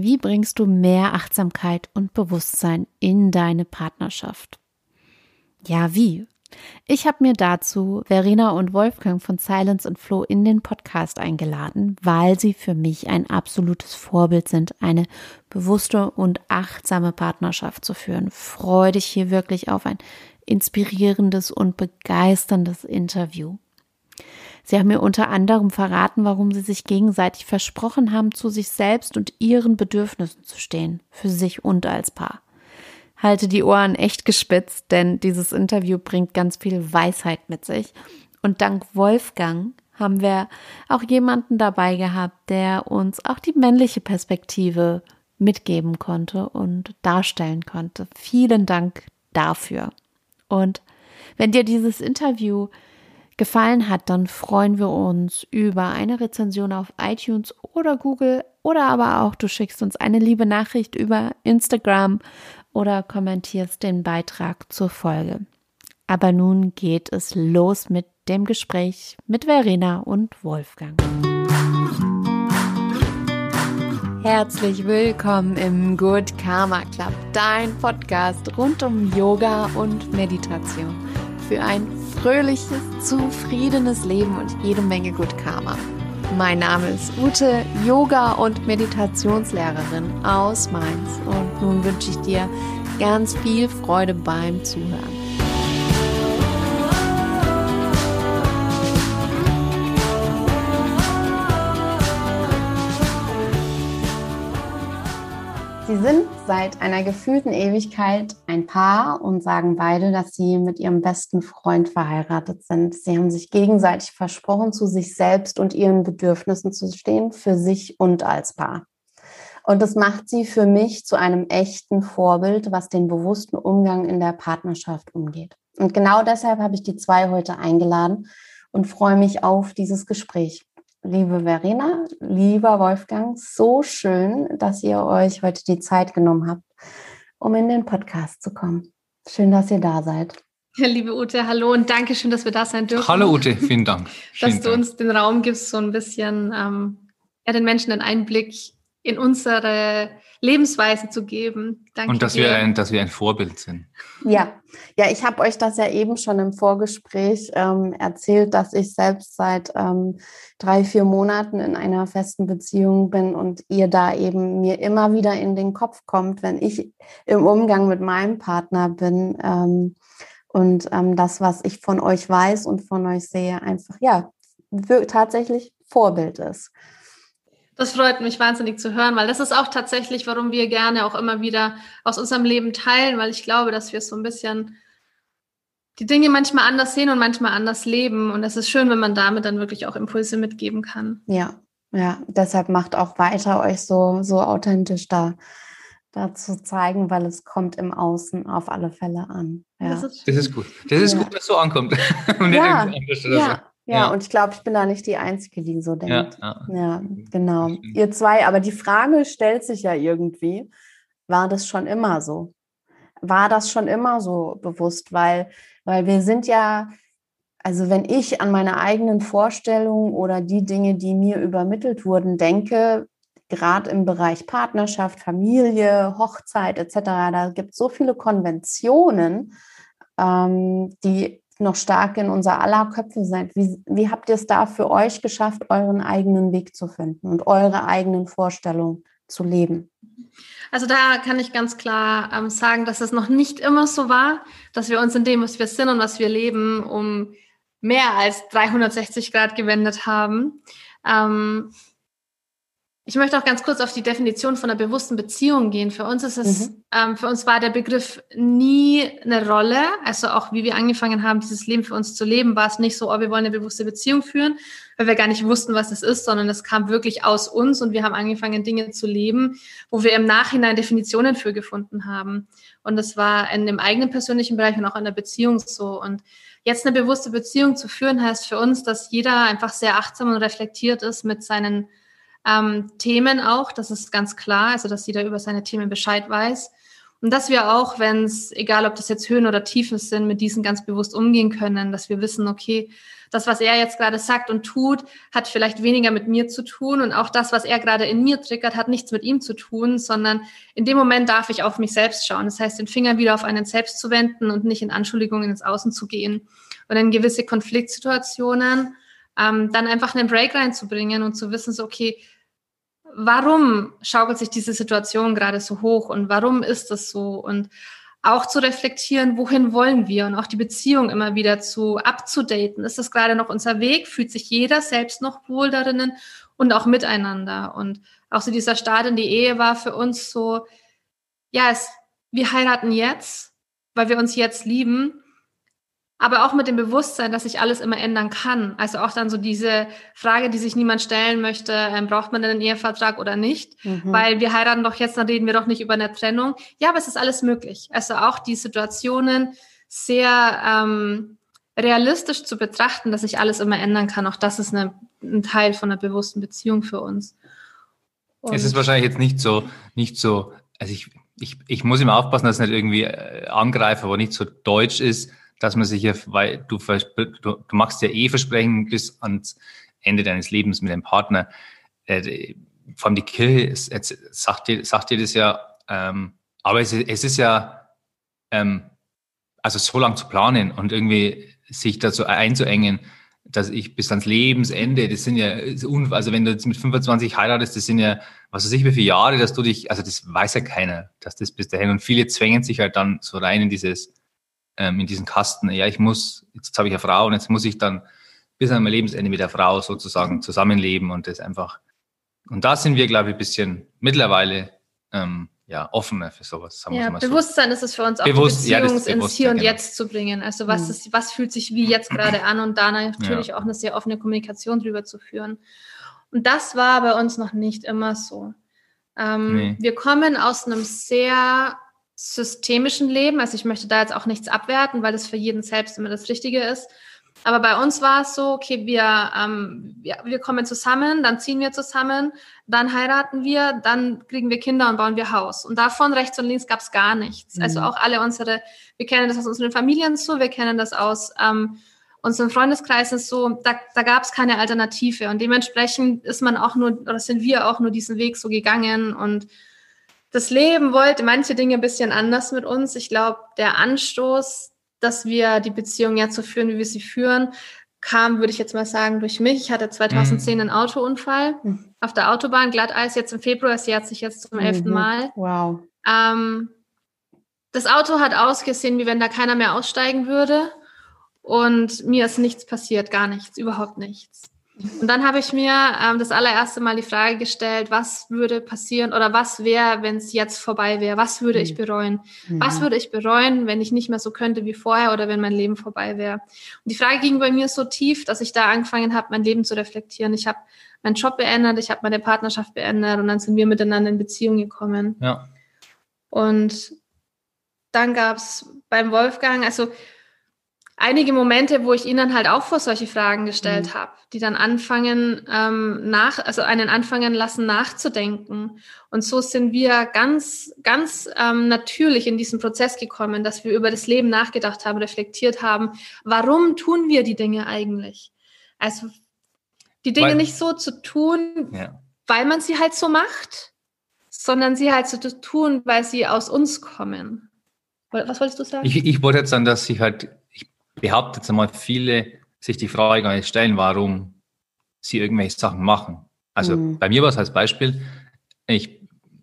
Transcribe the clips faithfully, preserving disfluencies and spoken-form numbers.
Wie bringst du mehr Achtsamkeit und Bewusstsein in deine Partnerschaft? Ja, wie? Ich habe mir dazu Verena und Wolfgang von Silence and Flow in den Podcast eingeladen, weil sie für mich ein absolutes Vorbild sind, eine bewusste und achtsame Partnerschaft zu führen. Freue dich hier wirklich auf ein inspirierendes und begeisterndes Interview. Sie haben mir unter anderem verraten, warum sie sich gegenseitig versprochen haben, zu sich selbst und ihren Bedürfnissen zu stehen, für sich und als Paar. Halte die Ohren echt gespitzt, denn dieses Interview bringt ganz viel Weisheit mit sich. Und dank Wolfgang haben wir auch jemanden dabei gehabt, der uns auch die männliche Perspektive mitgeben konnte und darstellen konnte. Vielen Dank dafür. Und wenn dir dieses Interview gefallen hat, dann freuen wir uns über eine Rezension auf iTunes oder Google oder aber auch du schickst uns eine liebe Nachricht über Instagram oder kommentierst den Beitrag zur Folge. Aber nun geht es los mit dem Gespräch mit Verena und Wolfgang. Herzlich willkommen im Good Karma Club, dein Podcast rund um Yoga und Meditation für ein fröhliches, zufriedenes Leben und jede Menge Good Karma. Mein Name ist Ute, Yoga- und Meditationslehrerin aus Mainz und nun wünsche ich dir ganz viel Freude beim Zuhören. Sie sind seit einer gefühlten Ewigkeit ein Paar und sagen beide, dass sie mit ihrem besten Freund verheiratet sind. Sie haben sich gegenseitig versprochen, zu sich selbst und ihren Bedürfnissen zu stehen, für sich und als Paar. Und das macht sie für mich zu einem echten Vorbild, was den bewussten Umgang in der Partnerschaft umgeht. Und genau deshalb habe ich die zwei heute eingeladen und freue mich auf dieses Gespräch. Liebe Verena, lieber Wolfgang, so schön, dass ihr euch heute die Zeit genommen habt, um in den Podcast zu kommen. Schön, dass ihr da seid. Ja, liebe Ute, hallo und danke schön, dass wir da sein dürfen. Hallo Ute, vielen Dank. Dass vielen du Dank. uns den Raum gibst, so ein bisschen ähm, ja, den Menschen einen Einblick in unsere Lebensweise zu geben. Danke und dass dir. wir, ein, dass wir ein Vorbild sind. Ja, ja, ich habe euch das ja eben schon im Vorgespräch ähm, erzählt, dass ich selbst seit ähm, drei, vier Monaten in einer festen Beziehung bin und ihr da eben mir immer wieder in den Kopf kommt, wenn ich im Umgang mit meinem Partner bin ähm, und ähm, das, was ich von euch weiß und von euch sehe, einfach ja w- tatsächlich Vorbild ist. Das freut mich wahnsinnig zu hören, weil das ist auch tatsächlich, warum wir gerne auch immer wieder aus unserem Leben teilen, weil ich glaube, dass wir so ein bisschen die Dinge manchmal anders sehen und manchmal anders leben. Und es ist schön, wenn man damit dann wirklich auch Impulse mitgeben kann. Ja, ja, deshalb macht auch weiter, euch so, so authentisch da, da zu zeigen, weil es kommt im Außen auf alle Fälle an. Ja. Das ist, Das ist gut. Das ist Ja. gut, dass so ankommt. Und Ja, nicht irgendwo anders oder ja, so. ja, Ja. und ich glaube, ich bin da nicht die Einzige, die so denkt. Ja, Ja, ja. genau. Ihr zwei, aber die Frage stellt sich ja irgendwie, war das schon immer so? War das schon immer so bewusst? Weil, weil wir sind ja, also wenn ich an meine eigenen Vorstellungen oder die Dinge, die mir übermittelt wurden, denke, gerade im Bereich Partnerschaft, Familie, Hochzeit et cetera, da gibt es so viele Konventionen, ähm, die noch stark in unser aller Köpfe sind. Wie, wie habt ihr es da für euch geschafft, euren eigenen Weg zu finden und eure eigenen Vorstellungen zu leben? Also da kann ich ganz klar ähm, sagen, dass es noch nicht immer so war, dass wir uns in dem, was wir sind und was wir leben, um mehr als dreihundertsechzig Grad gewendet haben. Ähm, Ich möchte auch ganz kurz auf die Definition von einer bewussten Beziehung gehen. Für uns ist es, mhm. ähm, für uns war der Begriff nie eine Rolle. Also auch wie wir angefangen haben, dieses Leben für uns zu leben, war es nicht so, oh, wir wollen eine bewusste Beziehung führen, weil wir gar nicht wussten, was es ist, sondern es kam wirklich aus uns und wir haben angefangen, Dinge zu leben, wo wir im Nachhinein Definitionen für gefunden haben. Und das war in dem eigenen persönlichen Bereich und auch in der Beziehung so. Und jetzt eine bewusste Beziehung zu führen, heißt für uns, dass jeder einfach sehr achtsam und reflektiert ist mit seinen Ähm, Themen auch, das ist ganz klar, also dass jeder über seine Themen Bescheid weiß und dass wir auch, wenn es, egal ob das jetzt Höhen oder Tiefen sind, mit diesen ganz bewusst umgehen können, dass wir wissen, okay, das, was er jetzt gerade sagt und tut, hat vielleicht weniger mit mir zu tun und auch das, was er gerade in mir triggert, hat nichts mit ihm zu tun, sondern in dem Moment darf ich auf mich selbst schauen. Das heißt, den Finger wieder auf einen selbst zu wenden und nicht in Anschuldigungen ins Außen zu gehen und in gewisse Konfliktsituationen ähm, dann einfach einen Break reinzubringen und zu wissen, so okay, warum schaukelt sich diese Situation gerade so hoch und warum ist das so? Und auch zu reflektieren, wohin wollen wir und auch die Beziehung immer wieder zu abzudaten. Ist das gerade noch unser Weg? Fühlt sich jeder selbst noch wohl darin und auch miteinander? Und auch so dieser Start in die Ehe war für uns so, ja, es, wir heiraten jetzt, weil wir uns jetzt lieben, aber auch mit dem Bewusstsein, dass sich alles immer ändern kann. Also auch dann so diese Frage, die sich niemand stellen möchte, ähm, braucht man denn einen Ehevertrag oder nicht? Mhm. Weil wir heiraten doch jetzt, dann reden wir doch nicht über eine Trennung. Ja, aber es ist alles möglich. Also auch die Situationen sehr ähm, realistisch zu betrachten, dass sich alles immer ändern kann. Auch das ist eine, ein Teil von einer bewussten Beziehung für uns. Und es ist wahrscheinlich jetzt nicht so, nicht so, also ich, ich, ich muss immer aufpassen, dass es nicht irgendwie äh, angreife, aber nicht so deutsch ist, dass man sich ja, weil du, du, du machst ja eh Versprechen bis ans Ende deines Lebens mit deinem Partner. Äh, vor allem die Kirche ist, jetzt sagt dir, sagt dir das ja, ähm, aber es, es ist ja, ähm, also so lang zu planen und irgendwie sich dazu einzuengen, dass ich bis ans Lebensende, das sind ja, also wenn du jetzt mit fünfundzwanzig heiratest, das sind ja, was weiß ich, wie viele Jahre, dass du dich, also das weiß ja keiner, dass das bis dahin, und viele zwängen sich halt dann so rein in dieses, in diesen Kasten, ja, ich muss, jetzt habe ich eine Frau und jetzt muss ich dann bis an mein Lebensende mit der Frau sozusagen zusammenleben und das einfach, und da sind wir, glaube ich, ein bisschen mittlerweile ähm, ja, offener für sowas. Sagen ja, wir mal Bewusstsein so. ist es für uns auch, Bewusst, die Beziehung ja, ins Hier und genau. Jetzt zu bringen. Also was, mhm. ist, was fühlt sich wie jetzt gerade an und da natürlich ja. auch eine sehr offene Kommunikation drüber zu führen. Und das war bei uns noch nicht immer so. Ähm, nee. Wir kommen aus einem sehr systemischen Leben, also ich möchte da jetzt auch nichts abwerten, weil das für jeden selbst immer das Richtige ist, aber bei uns war es so, okay, wir, ähm, ja, wir kommen zusammen, dann ziehen wir zusammen, dann heiraten wir, dann kriegen wir Kinder und bauen wir Haus und davon rechts und links gab es gar nichts, mhm. also auch alle unsere, wir kennen das aus unseren Familien so, wir kennen das aus ähm, unseren Freundeskreisen so, da, da gab es keine Alternative und dementsprechend ist man auch nur, oder sind wir auch nur diesen Weg so gegangen und das Leben wollte manche Dinge ein bisschen anders mit uns. Ich glaube, der Anstoß, dass wir die Beziehung jetzt so führen, wie wir sie führen, kam, würde ich jetzt mal sagen, durch mich. Ich hatte zweitausendzehn mhm. einen Autounfall mhm. auf der Autobahn, Glatteis, jetzt im Februar, sie hat sich jetzt zum mhm. elften Mal. Wow. Ähm, das Auto hat ausgesehen, wie wenn da keiner mehr aussteigen würde und mir ist nichts passiert, gar nichts, überhaupt nichts. Und dann habe ich mir ähm, das allererste Mal die Frage gestellt, was würde passieren oder was wäre, wenn es jetzt vorbei wäre? Was würde ich bereuen? Mhm. Was würde ich bereuen, wenn ich nicht mehr so könnte wie vorher oder wenn mein Leben vorbei wäre? Und die Frage ging bei mir so tief, dass ich da angefangen habe, mein Leben zu reflektieren. Ich habe meinen Job beendet, ich habe meine Partnerschaft beendet und dann sind wir miteinander in Beziehung gekommen. Ja. Und dann gab es beim Wolfgang, also einige Momente, wo ich ihn dann halt auch vor solche Fragen gestellt mhm. habe, die dann anfangen ähm, nach, also einen anfangen lassen nachzudenken. Und so sind wir ganz, ganz ähm, natürlich in diesen Prozess gekommen, dass wir über das Leben nachgedacht haben, reflektiert haben. Warum tun wir die Dinge eigentlich? Also die Dinge weil, nicht so zu tun, ja. weil man sie halt so macht, sondern sie halt so zu tun, weil sie aus uns kommen. Was wolltest du sagen? Ich, ich wollte jetzt sagen, dass ich halt behaupte jetzt einmal, viele sich die Frage gar nicht stellen, warum sie irgendwelche Sachen machen. Also mhm. bei mir war es als Beispiel, ich,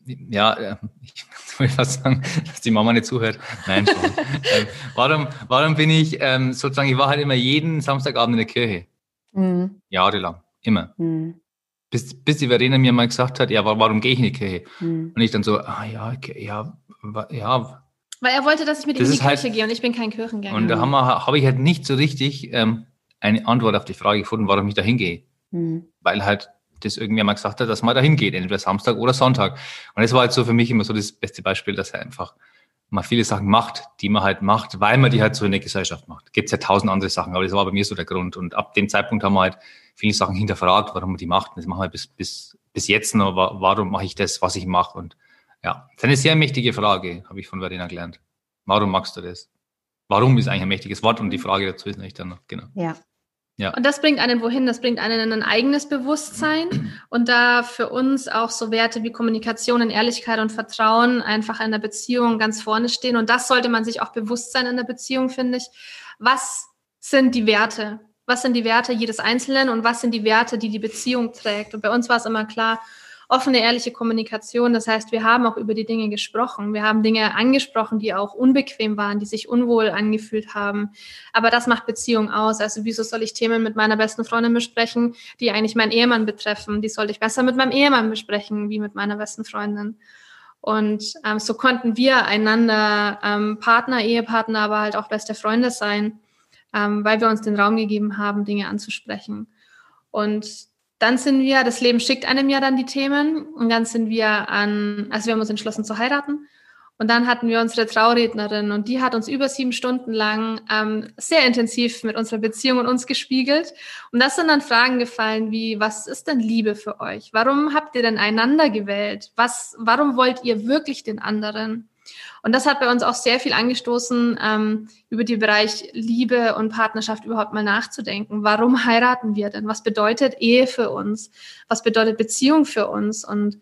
ja, ich will fast sagen, dass die Mama nicht zuhört. Nein, schon. ähm, warum, warum bin ich ähm, sozusagen, ich war halt immer jeden Samstagabend in der Kirche. Mhm. Jahrelang, immer. Mhm. Bis, bis die Verena mir mal gesagt hat, ja, warum gehe ich in die Kirche? Mhm. Und ich dann so, ah ja, okay, ja, ja, weil er wollte, dass ich mit ihm in die Kirche halt, gehe und ich bin kein Kirchengänger. Und da habe hab ich halt nicht so richtig ähm, eine Antwort auf die Frage gefunden, warum ich da hingehe. Mhm. Weil halt das irgendwer mal gesagt hat, dass man da hingeht, entweder Samstag oder Sonntag. Und das war halt so für mich immer so das beste Beispiel, dass er einfach mal viele Sachen macht, die man halt macht, weil man die halt so in der Gesellschaft macht. Gibt es ja tausend andere Sachen, aber das war bei mir so der Grund. Und ab dem Zeitpunkt haben wir halt viele Sachen hinterfragt, warum man die macht. Und das machen wir bis, bis, bis jetzt noch, warum mache ich das, was ich mache. Und ja, das ist eine sehr mächtige Frage, habe ich von Verena gelernt. Warum magst du das? Warum ist eigentlich ein mächtiges Wort? Und die Frage dazu ist eigentlich dann noch, genau. Ja, Ja. Und das bringt einen wohin? Das bringt einen in ein eigenes Bewusstsein und da für uns auch so Werte wie Kommunikation, Ehrlichkeit und Vertrauen einfach in der Beziehung ganz vorne stehen. Und das sollte man sich auch bewusst sein in der Beziehung, finde ich. Was sind die Werte? Was sind die Werte jedes Einzelnen und was sind die Werte, die die Beziehung trägt? Und bei uns war es immer klar, offene, ehrliche Kommunikation. Das heißt, wir haben auch über die Dinge gesprochen. Wir haben Dinge angesprochen, die auch unbequem waren, die sich unwohl angefühlt haben. Aber das macht Beziehung aus. Also wieso soll ich Themen mit meiner besten Freundin besprechen, die eigentlich meinen Ehemann betreffen? Die sollte ich besser mit meinem Ehemann besprechen, wie mit meiner besten Freundin. Und ähm, so konnten wir einander ähm, Partner, Ehepartner, aber halt auch beste Freunde sein, ähm, weil wir uns den Raum gegeben haben, Dinge anzusprechen. Und dann sind wir, das Leben schickt einem ja dann die Themen und dann sind wir an, also wir haben uns entschlossen zu heiraten und dann hatten wir unsere Traurednerin und die hat uns über sieben Stunden lang ähm, sehr intensiv mit unserer Beziehung und uns gespiegelt und das sind dann Fragen gefallen wie, was ist denn Liebe für euch? Warum habt ihr denn einander gewählt? Was, warum wollt ihr wirklich den anderen? Und das hat bei uns auch sehr viel angestoßen, ähm, über den Bereich Liebe und Partnerschaft überhaupt mal nachzudenken. Warum heiraten wir denn? Was bedeutet Ehe für uns? Was bedeutet Beziehung für uns? Und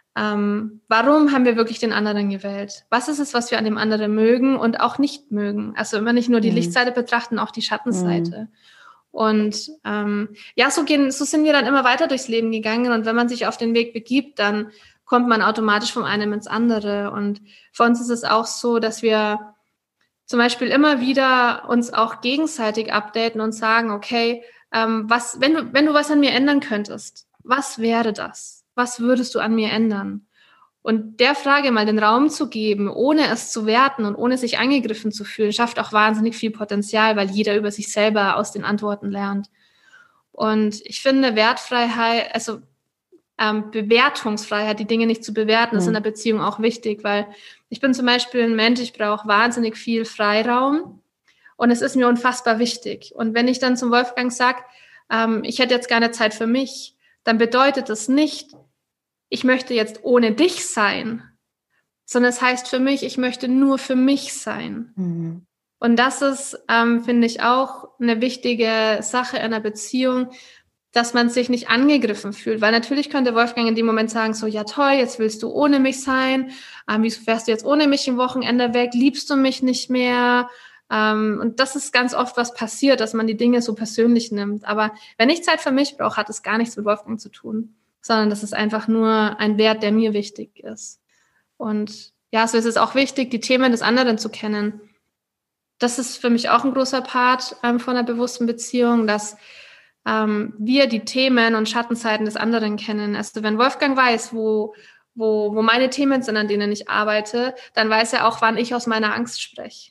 ähm, warum haben wir wirklich den anderen gewählt? Was ist es, was wir an dem anderen mögen und auch nicht mögen? Also immer nicht nur die mhm. Lichtseite betrachten, auch die Schattenseite. Mhm. Und ähm, ja, so gehen, so sind wir dann immer weiter durchs Leben gegangen. Und wenn man sich auf den Weg begibt, dann kommt man automatisch vom einen ins andere. Und für uns ist es auch so, dass wir zum Beispiel immer wieder uns auch gegenseitig updaten und sagen, okay, ähm, was, wenn du, wenn du was an mir ändern könntest, was wäre das? Was würdest du an mir ändern? Und der Frage mal den Raum zu geben, ohne es zu werten und ohne sich angegriffen zu fühlen, schafft auch wahnsinnig viel Potenzial, weil jeder über sich selber aus den Antworten lernt. Und ich finde Wertfreiheit, also Ähm, Bewertungsfreiheit, die Dinge nicht zu bewerten, mhm. ist in der Beziehung auch wichtig, weil ich bin zum Beispiel ein Mensch, ich brauche wahnsinnig viel Freiraum und es ist mir unfassbar wichtig. Und wenn ich dann zum Wolfgang sage, ähm, ich hätte jetzt gerne Zeit für mich, dann bedeutet das nicht, ich möchte jetzt ohne dich sein, sondern es heißt für mich, ich möchte nur für mich sein. Mhm. Und das ist, ähm, finde ich, auch eine wichtige Sache in einer Beziehung, dass man sich nicht angegriffen fühlt. Weil natürlich könnte Wolfgang in dem Moment sagen, so, ja toll, jetzt willst du ohne mich sein. Ähm, wieso fährst du jetzt ohne mich im Wochenende weg? Liebst du mich nicht mehr? Ähm, und das ist ganz oft, was passiert, dass man die Dinge so persönlich nimmt. Aber wenn ich Zeit für mich brauche, hat es gar nichts mit Wolfgang zu tun, sondern das ist einfach nur ein Wert, der mir wichtig ist. Und ja, so ist es auch wichtig, die Themen des anderen zu kennen. Das ist für mich auch ein großer Part ähm, von einer bewussten Beziehung, dass ähm, wir die Themen und Schattenseiten des anderen kennen. Also wenn Wolfgang weiß, wo, wo, wo meine Themen sind, an denen ich arbeite, dann weiß er auch, wann ich aus meiner Angst spreche.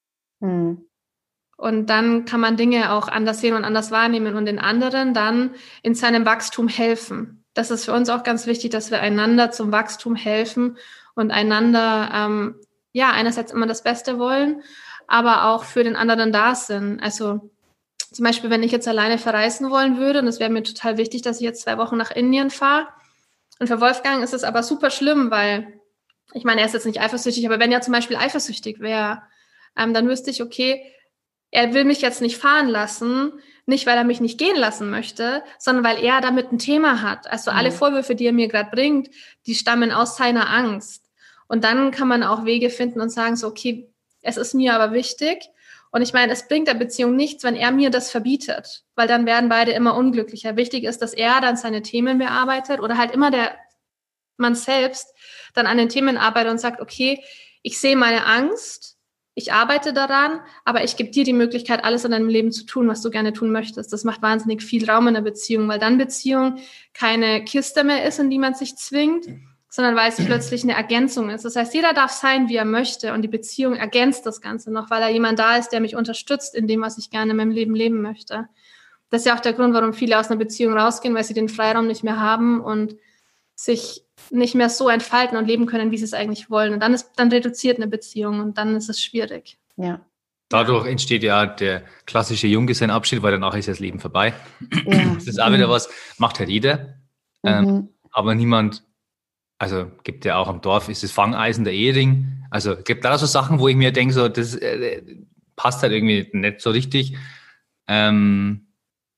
Mhm. Und dann kann man Dinge auch anders sehen und anders wahrnehmen und den anderen dann in seinem Wachstum helfen. Das ist für uns auch ganz wichtig, dass wir einander zum Wachstum helfen und einander, ähm, ja, einerseits immer das Beste wollen, aber auch für den anderen da sind. Also zum Beispiel, wenn ich jetzt alleine verreisen wollen würde, und es wäre mir total wichtig, dass ich jetzt zwei Wochen nach Indien fahre. Und für Wolfgang ist es aber super schlimm, weil, ich meine, er ist jetzt nicht eifersüchtig, aber wenn er zum Beispiel eifersüchtig wäre, ähm, dann wüsste ich, okay, er will mich jetzt nicht fahren lassen, nicht weil er mich nicht gehen lassen möchte, sondern weil er damit ein Thema hat. Also mhm. alle Vorwürfe, die er mir gerade bringt, die stammen aus seiner Angst. Und dann kann man auch Wege finden und sagen so, okay, es ist mir aber wichtig. Und ich meine, es bringt der Beziehung nichts, wenn er mir das verbietet, weil dann werden beide immer unglücklicher. Wichtig ist, dass er dann seine Themen bearbeitet oder halt immer der man selbst dann an den Themen arbeitet und sagt, okay, ich sehe meine Angst, ich arbeite daran, aber ich gebe dir die Möglichkeit, alles in deinem Leben zu tun, was du gerne tun möchtest. Das macht wahnsinnig viel Raum in der Beziehung, weil dann Beziehung keine Kiste mehr ist, in die man sich zwingt, sondern weil es plötzlich eine Ergänzung ist. Das heißt, jeder darf sein, wie er möchte und die Beziehung ergänzt das Ganze noch, weil da jemand da ist, der mich unterstützt in dem, was ich gerne in meinem Leben leben möchte. Das ist ja auch der Grund, warum viele aus einer Beziehung rausgehen, weil sie den Freiraum nicht mehr haben und sich nicht mehr so entfalten und leben können, wie sie es eigentlich wollen. Und dann ist dann reduziert eine Beziehung und dann ist es schwierig. Ja. Dadurch entsteht ja der klassische Junggesellenabschied, weil danach ist das Leben vorbei. Ja. Das ist auch wieder was, macht halt jeder. Mhm. Ähm, aber niemand, also gibt ja auch am Dorf, ist das Fangeisen der Ehering. Also gibt da so Sachen, wo ich mir denke, so, das äh, passt halt irgendwie nicht so richtig. Ähm,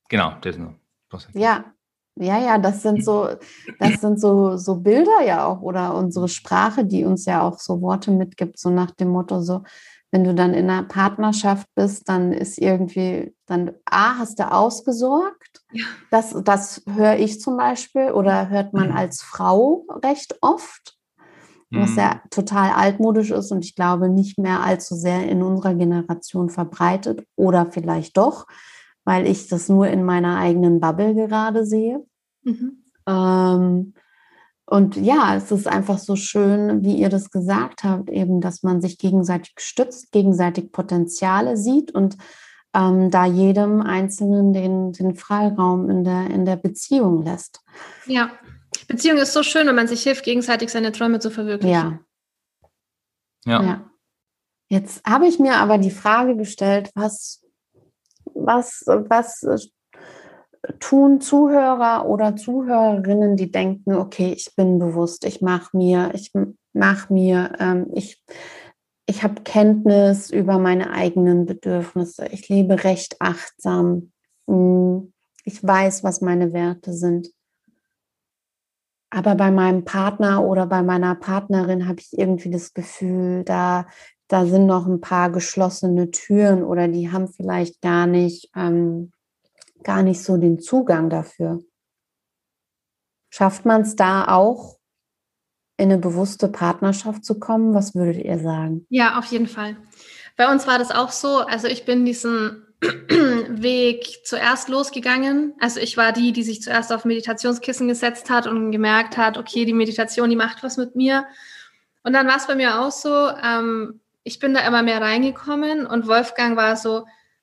Genau, das nur. Ja, ja, ja, das sind so, das sind so, so Bilder ja auch oder unsere Sprache, die uns ja auch so Worte mitgibt, so nach dem Motto so, wenn du dann in einer Partnerschaft bist, dann ist irgendwie, dann A, hast du ausgesorgt. Ja. Das, das höre ich zum Beispiel oder hört man als Frau recht oft, was Mhm. ja total altmodisch ist und ich glaube nicht mehr allzu sehr in unserer Generation verbreitet oder vielleicht doch, weil ich das nur in meiner eigenen Bubble gerade sehe. Mhm. Ähm, und ja, es ist einfach so schön, wie ihr das gesagt habt, eben, dass man sich gegenseitig stützt, gegenseitig Potenziale sieht und ähm, da jedem Einzelnen den, den Freiraum in der, in der Beziehung lässt. Ja, Beziehung ist so schön, wenn man sich hilft, gegenseitig seine Träume zu verwirklichen. Ja. Ja. ja. Jetzt habe ich mir aber die Frage gestellt, was, was, was tun Zuhörer oder Zuhörerinnen, die denken, okay, ich bin bewusst, ich mache mir, ich mache mir, ähm, ich, ich habe Kenntnis über meine eigenen Bedürfnisse, ich lebe recht achtsam, ich weiß, was meine Werte sind. Aber bei meinem Partner oder bei meiner Partnerin habe ich irgendwie das Gefühl, da, da sind noch ein paar geschlossene Türen oder die haben vielleicht gar nicht, ähm, gar nicht so den Zugang dafür. Schafft man es da auch, in eine bewusste Partnerschaft zu kommen? Was würdet ihr sagen? Ja, auf jeden Fall. Bei uns war das auch so. Also ich bin diesen Weg zuerst losgegangen. Also ich war die, die sich zuerst auf Meditationskissen gesetzt hat und gemerkt hat, okay, die Meditation, die macht was mit mir. Und dann war es bei mir auch so, ähm, ich bin da immer mehr reingekommen und Wolfgang war so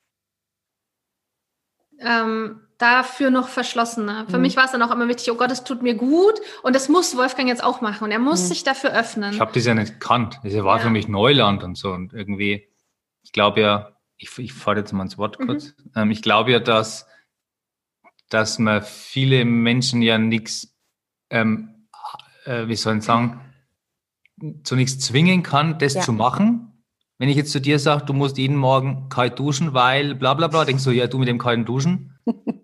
ähm, dafür noch verschlossener. Für Mhm. mich war es dann auch immer wichtig, oh Gott, es tut mir gut und das muss Wolfgang jetzt auch machen und er muss Mhm. sich dafür öffnen. Ich habe das ja nicht gekannt. Das war Ja. für mich Neuland und so. Und irgendwie, ich glaube ja, ich, ich fahre jetzt mal ins Wort kurz. Mhm. Ähm, ich glaube ja, dass, dass man viele Menschen ja nichts, ähm, äh, wie soll ich sagen, zu nichts zwingen kann, das Ja. zu machen. Wenn ich jetzt zu dir sage, du musst jeden Morgen kalt duschen, weil bla bla bla, denkst du, ja, du mit dem kalten Duschen.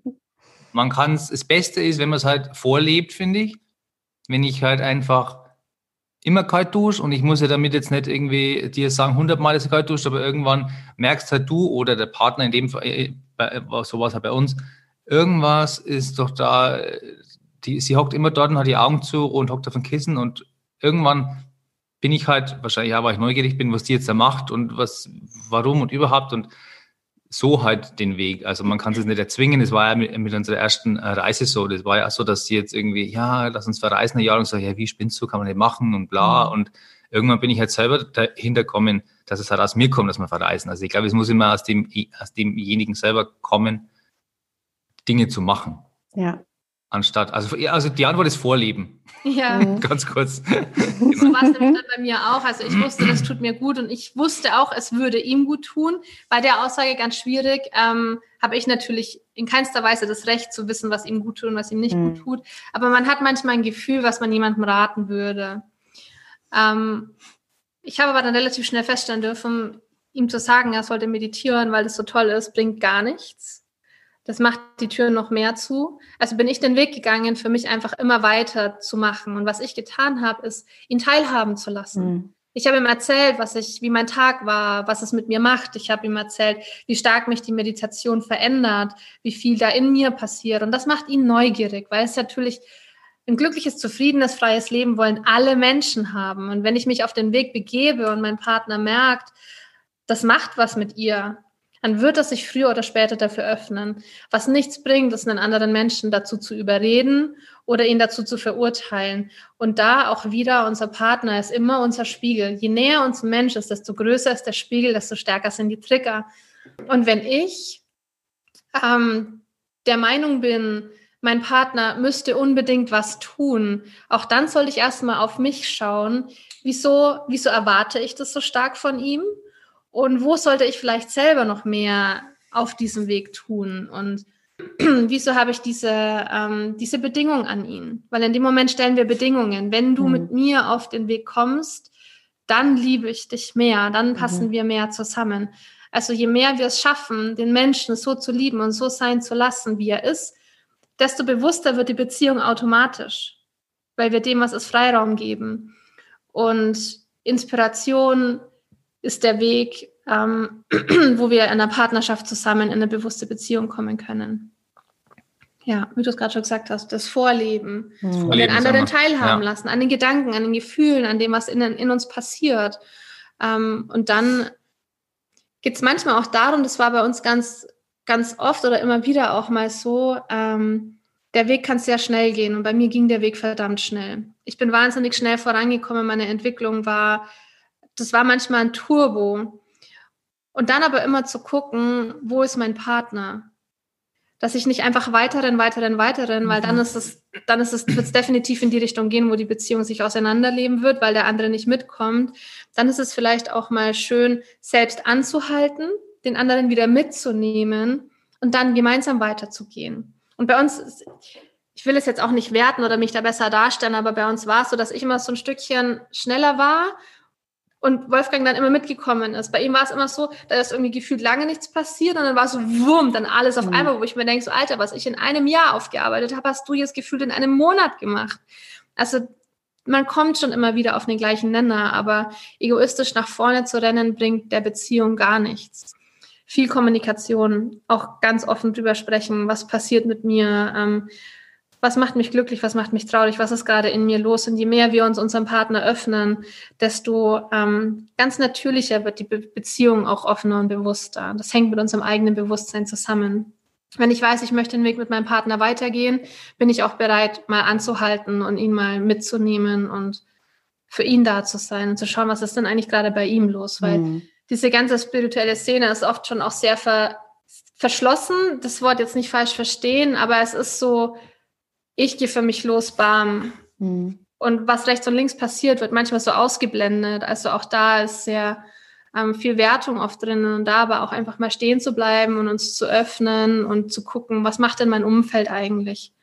Man kann es, das Beste ist, wenn man es halt vorlebt, finde ich. Wenn ich halt einfach immer kalt dusche und ich muss ja damit jetzt nicht irgendwie dir sagen, hundertmal, dass du kalt duscht, aber irgendwann merkst halt du oder der Partner in dem Fall, äh, bei, so war es halt bei uns, irgendwas ist doch da, die, sie hockt immer dort und hat die Augen zu und hockt auf dem Kissen und irgendwann bin ich halt, wahrscheinlich ja, weil ich neugierig bin, was die jetzt da macht und was, warum und überhaupt und so halt den Weg. Also man kann es nicht erzwingen. Es war ja mit, mit unserer ersten Reise so. Das war ja so, dass sie jetzt irgendwie, ja, lass uns verreisen ein Jahr und so, ja, wie spinnst du, kann man nicht machen und bla. Mhm. Und irgendwann bin ich halt selber dahinter gekommen, dass es halt aus mir kommt, dass wir verreisen. Also ich glaube, es muss immer aus dem, aus demjenigen selber kommen, Dinge zu machen. Ja. Anstatt, also, also die Antwort ist Vorleben. Ja. Mhm. Ganz kurz. So war es nämlich dann bei mir auch. Also ich wusste, das tut mir gut und ich wusste auch, es würde ihm gut tun. Bei der Aussage ganz schwierig, ähm, habe ich natürlich in keinster Weise das Recht zu wissen, was ihm gut tut und was ihm nicht Mhm. gut tut. Aber man hat manchmal ein Gefühl, was man jemandem raten würde. Ähm, ich habe aber dann relativ schnell feststellen dürfen, ihm zu sagen, er sollte meditieren, weil das so toll ist, bringt gar nichts. Das macht die Türen noch mehr zu. Also bin ich den Weg gegangen, für mich einfach immer weiter zu machen. Und was ich getan habe, ist, ihn teilhaben zu lassen. Mhm. Ich habe ihm erzählt, was ich, wie mein Tag war, was es mit mir macht. Ich habe ihm erzählt, wie stark mich die Meditation verändert, wie viel da in mir passiert. Und das macht ihn neugierig, weil es natürlich ein glückliches, zufriedenes, freies Leben wollen alle Menschen haben. Und wenn ich mich auf den Weg begebe und mein Partner merkt, das macht was mit ihr, dann wird er sich früher oder später dafür öffnen. Was nichts bringt, ist einen anderen Menschen dazu zu überreden oder ihn dazu zu verurteilen. Und da auch wieder, unser Partner ist immer unser Spiegel. Je näher uns ein Mensch ist, desto größer ist der Spiegel, desto stärker sind die Trigger. Und wenn ich ähm, der Meinung bin, mein Partner müsste unbedingt was tun, auch dann sollte ich erstmal auf mich schauen, wieso, wieso erwarte ich das so stark von ihm? Und wo sollte ich vielleicht selber noch mehr auf diesem Weg tun? Und wieso habe ich diese, ähm, diese Bedingung an ihn? Weil in dem Moment stellen wir Bedingungen. Wenn du mhm. mit mir auf den Weg kommst, dann liebe ich dich mehr, dann passen mhm. wir mehr zusammen. Also je mehr wir es schaffen, den Menschen so zu lieben und so sein zu lassen, wie er ist, desto bewusster wird die Beziehung automatisch, weil wir dem, was es Freiraum geben. Und Inspiration ist der Weg, ähm, wo wir in einer Partnerschaft zusammen in eine bewusste Beziehung kommen können. Ja, wie du es gerade schon gesagt hast, das Vorleben, das Vorleben und den anderen teilhaben ja. lassen, an den Gedanken, an den Gefühlen, an dem, was in, in uns passiert. Ähm, und dann geht es manchmal auch darum, das war bei uns ganz, ganz oft oder immer wieder auch mal so, ähm, der Weg kann sehr schnell gehen und bei mir ging der Weg verdammt schnell. Ich bin wahnsinnig schnell vorangekommen, meine Entwicklung war, das war manchmal ein Turbo. Und dann aber immer zu gucken, wo ist mein Partner? Dass ich nicht einfach weiterrennen, weiterrennen, weiterrennen, weil dann ist es, dann ist es, wird es definitiv in die Richtung gehen, wo die Beziehung sich auseinanderleben wird, weil der andere nicht mitkommt. Dann ist es vielleicht auch mal schön, selbst anzuhalten, den anderen wieder mitzunehmen und dann gemeinsam weiterzugehen. Und bei uns, ich will es jetzt auch nicht werten oder mich da besser darstellen, aber bei uns war es so, dass ich immer so ein Stückchen schneller war und Wolfgang dann immer mitgekommen ist. Bei ihm war es immer so, da ist irgendwie gefühlt lange nichts passiert und dann war so, wumm, dann alles auf mhm. einmal, wo ich mir denke, so Alter, was ich in einem Jahr aufgearbeitet habe, hast du jetzt gefühlt in einem Monat gemacht. Also man kommt schon immer wieder auf den gleichen Nenner, aber egoistisch nach vorne zu rennen, bringt der Beziehung gar nichts. Viel Kommunikation, auch ganz offen drüber sprechen, was passiert mit mir, ähm, was macht mich glücklich, was macht mich traurig, was ist gerade in mir los. Und je mehr wir uns unserem Partner öffnen, desto ähm, ganz natürlicher wird die Be- Beziehung auch offener und bewusster. Das hängt mit unserem eigenen Bewusstsein zusammen. Wenn ich weiß, ich möchte den Weg mit meinem Partner weitergehen, bin ich auch bereit, mal anzuhalten und ihn mal mitzunehmen und für ihn da zu sein und zu schauen, was ist denn eigentlich gerade bei ihm los, weil mhm. diese ganze spirituelle Szene ist oft schon auch sehr ver- verschlossen. Das Wort jetzt nicht falsch verstehen, aber es ist so, ich gehe für mich los, bam. Mhm. Und was rechts und links passiert, wird manchmal so ausgeblendet. Also auch da ist sehr ähm, viel Wertung oft drin und da aber auch einfach mal stehen zu bleiben und uns zu öffnen und zu gucken, was macht denn mein Umfeld eigentlich?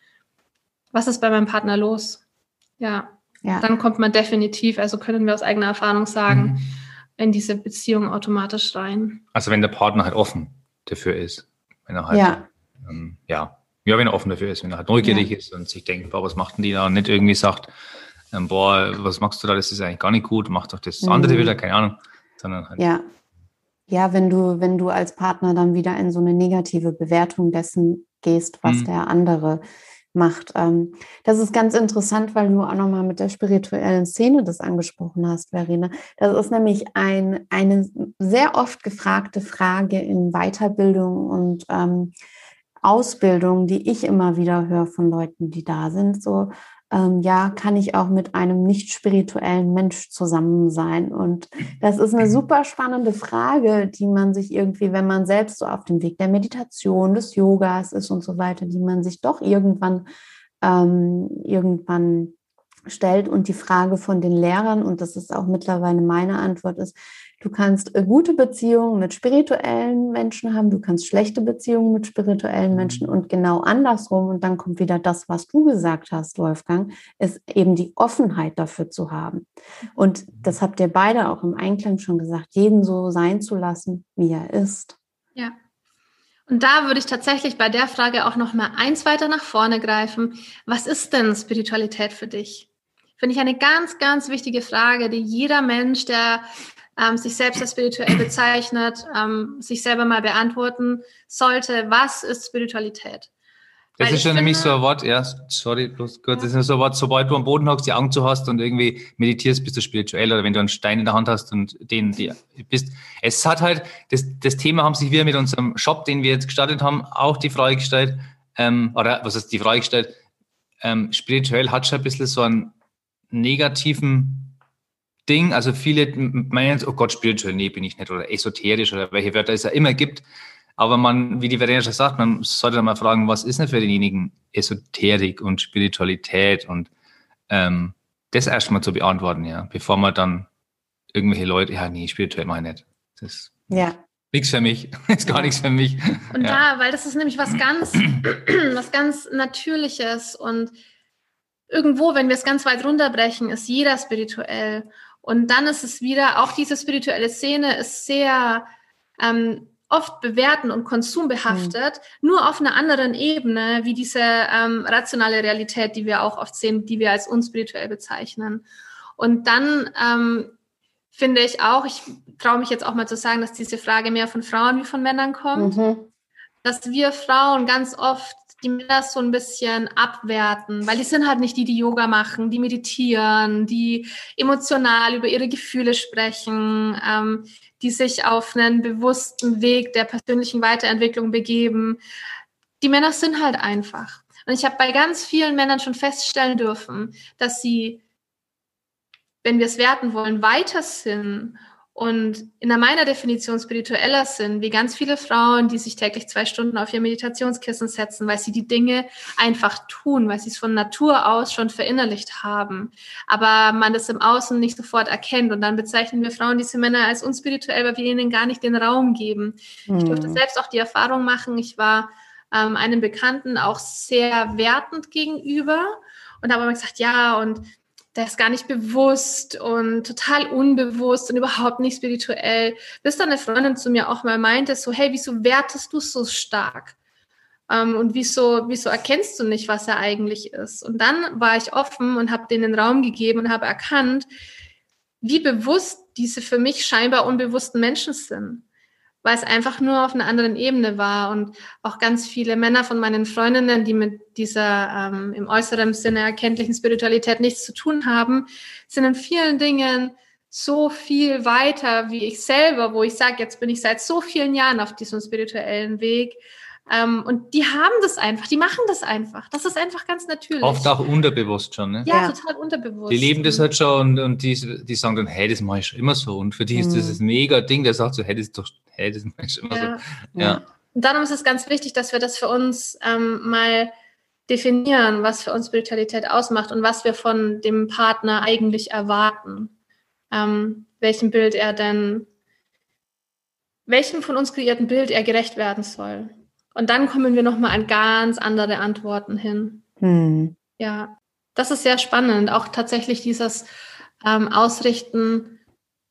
Was ist bei meinem Partner los? Ja, ja. Dann kommt man definitiv, also können wir aus eigener Erfahrung sagen, mhm. in diese Beziehung automatisch rein. Also wenn der Partner halt offen dafür ist. Wenn er halt, ja. Ähm, ja. Ja, wenn er offen dafür ist, wenn er halt neugierig ja. ist und sich denkt, boah, was macht denn die da? Und nicht irgendwie sagt, ähm, boah, was machst du da? Das ist eigentlich gar nicht gut, mach doch das mhm. andere wieder, keine Ahnung. Sondern halt. Ja. Ja, wenn du, wenn du als Partner dann wieder in so eine negative Bewertung dessen gehst, was mhm. der andere macht. Ähm, das ist ganz interessant, weil du auch nochmal mit der spirituellen Szene das angesprochen hast, Verena. Das ist nämlich ein, eine sehr oft gefragte Frage in Weiterbildung und ähm, Ausbildung, die ich immer wieder höre von Leuten, die da sind. So, ähm, ja, kann ich auch mit einem nicht spirituellen Mensch zusammen sein? Und das ist eine super spannende Frage, die man sich irgendwie, wenn man selbst so auf dem Weg der Meditation, des Yogas ist und so weiter, die man sich doch irgendwann, ähm, irgendwann stellt. Und die Frage von den Lehrern, und das ist auch mittlerweile meine Antwort, ist, du kannst gute Beziehungen mit spirituellen Menschen haben, du kannst schlechte Beziehungen mit spirituellen Menschen und genau andersrum. Und dann kommt wieder das, was du gesagt hast, Wolfgang, ist eben die Offenheit dafür zu haben. Und das habt ihr beide auch im Einklang schon gesagt, jeden so sein zu lassen, wie er ist. Ja. Und da würde ich tatsächlich bei der Frage auch noch mal eins weiter nach vorne greifen. Was ist denn Spiritualität für dich? Finde ich eine ganz, ganz wichtige Frage, die jeder Mensch, der ähm, sich selbst als spirituell bezeichnet, ähm, sich selber mal beantworten sollte. Was ist Spiritualität? Das Weil ist schon nämlich so ein Wort, ja, sorry, bloß kurz, ja. Das ist so ein Wort, sobald du am Boden hockst, die Augen zu hast und irgendwie meditierst, bist du spirituell, oder wenn du einen Stein in der Hand hast und den, die bist. Es hat halt, das, das Thema haben sich wir mit unserem Shop, den wir jetzt gestartet haben, auch die Frage gestellt, ähm, oder was ist die Frage gestellt, ähm, spirituell hat schon ein bisschen so einen negativen Ding, also viele meinen, oh Gott, spirituell, nee, bin ich nicht, oder esoterisch, oder welche Wörter es ja immer gibt. Aber man, wie die Verena schon sagt, man sollte dann mal fragen, was ist denn für denjenigen Esoterik und Spiritualität und ähm, das erstmal zu beantworten, ja, bevor man dann irgendwelche Leute, ja, nee, spirituell mache ich nicht. Das ist ja. nichts für mich, ist gar ja. nichts für mich. Und ja. da, weil das ist nämlich was ganz, was ganz Natürliches und irgendwo, wenn wir es ganz weit runterbrechen, ist jeder spirituell. Und dann ist es wieder, auch diese spirituelle Szene ist sehr ähm, oft bewerten und konsumbehaftet, mhm. nur auf einer anderen Ebene, wie diese ähm, rationale Realität, die wir auch oft sehen, die wir als unspirituell bezeichnen. Und dann ähm, finde ich auch, ich traue mich jetzt auch mal zu sagen, dass diese Frage mehr von Frauen wie von Männern kommt, mhm. dass wir Frauen ganz oft die Männer so ein bisschen abwerten, weil die sind halt nicht die, die Yoga machen, die meditieren, die emotional über ihre Gefühle sprechen, ähm, die sich auf einen bewussten Weg der persönlichen Weiterentwicklung begeben. Die Männer sind halt einfach. Und ich habe bei ganz vielen Männern schon feststellen dürfen, dass sie, wenn wir es werten wollen, weiter sind und in meiner Definition spiritueller sind, wie ganz viele Frauen, die sich täglich zwei Stunden auf ihr Meditationskissen setzen, weil sie die Dinge einfach tun, weil sie es von Natur aus schon verinnerlicht haben, aber man das im Außen nicht sofort erkennt. Und dann bezeichnen wir Frauen diese Männer als unspirituell, weil wir ihnen gar nicht den Raum geben. Mhm. Ich durfte selbst auch die Erfahrung machen, ich war ähm, einem Bekannten auch sehr wertend gegenüber und habe immer gesagt, ja, und der ist gar nicht bewusst und total unbewusst und überhaupt nicht spirituell. Bis dann eine Freundin zu mir auch mal meinte, so, hey, wieso wertest du so stark? Ähm, und wieso, wieso erkennst du nicht, was er eigentlich ist? Und dann war ich offen und habe denen den Raum gegeben und habe erkannt, wie bewusst diese für mich scheinbar unbewussten Menschen sind. Weil es einfach nur auf einer anderen Ebene war und auch ganz viele Männer von meinen Freundinnen, die mit dieser ähm, im äußeren Sinne erkenntlichen Spiritualität nichts zu tun haben, sind in vielen Dingen so viel weiter wie ich selber, wo ich sage, jetzt bin ich seit so vielen Jahren auf diesem spirituellen Weg. Ähm, und die haben das einfach, die machen das einfach. Das ist einfach ganz natürlich. Oft auch unterbewusst schon, ne? Ja, ja. Total unterbewusst. Die leben das halt schon und, und die, die sagen dann, hey, das mache ich schon immer so. Und für die ist das ein mega Ding, der sagt so, hey, das ist doch, hey, das mache ich schon immer ja. so. Ja. Und darum ist es ganz wichtig, dass wir das für uns ähm, mal definieren, was für uns Spiritualität ausmacht und was wir von dem Partner eigentlich erwarten. Ähm, welchem Bild er denn, welchem von uns kreierten Bild er gerecht werden soll. Und dann kommen wir nochmal an ganz andere Antworten hin. Hm. Ja, das ist sehr spannend. Auch tatsächlich dieses ähm, Ausrichten.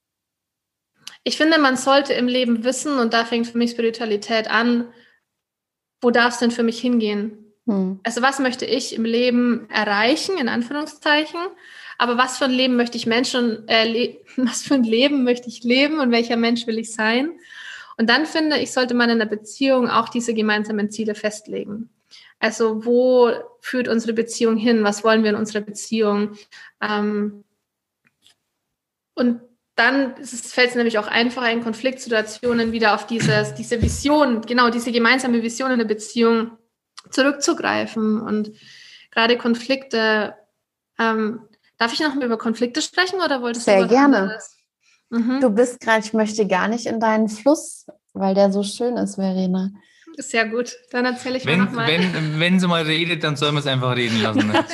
Ich finde, man sollte im Leben wissen, und da fängt für mich Spiritualität an, wo darf es denn für mich hingehen? Hm. Also was möchte ich im Leben erreichen, in Anführungszeichen? Aber was für ein Leben möchte ich Menschen, äh, le- was für ein Leben möchte ich leben und welcher Mensch will ich sein? Und dann finde ich, sollte man in einer Beziehung auch diese gemeinsamen Ziele festlegen. Also wo führt unsere Beziehung hin? Was wollen wir in unserer Beziehung? Ähm, und dann fällt es nämlich auch einfacher, in Konfliktsituationen wieder auf dieses, diese Vision, genau diese gemeinsame Vision in der Beziehung zurückzugreifen. Und gerade Konflikte, ähm, darf ich noch mal über Konflikte sprechen oder wolltest du Sehr was gerne. anderes? Mhm. Du bist gerade, ich möchte gar nicht in deinen Fluss, weil der so schön ist, Verena. Sehr gut, dann erzähle ich wenn, mal nochmal. Wenn, wenn sie mal redet, dann soll man es einfach reden lassen. Ne?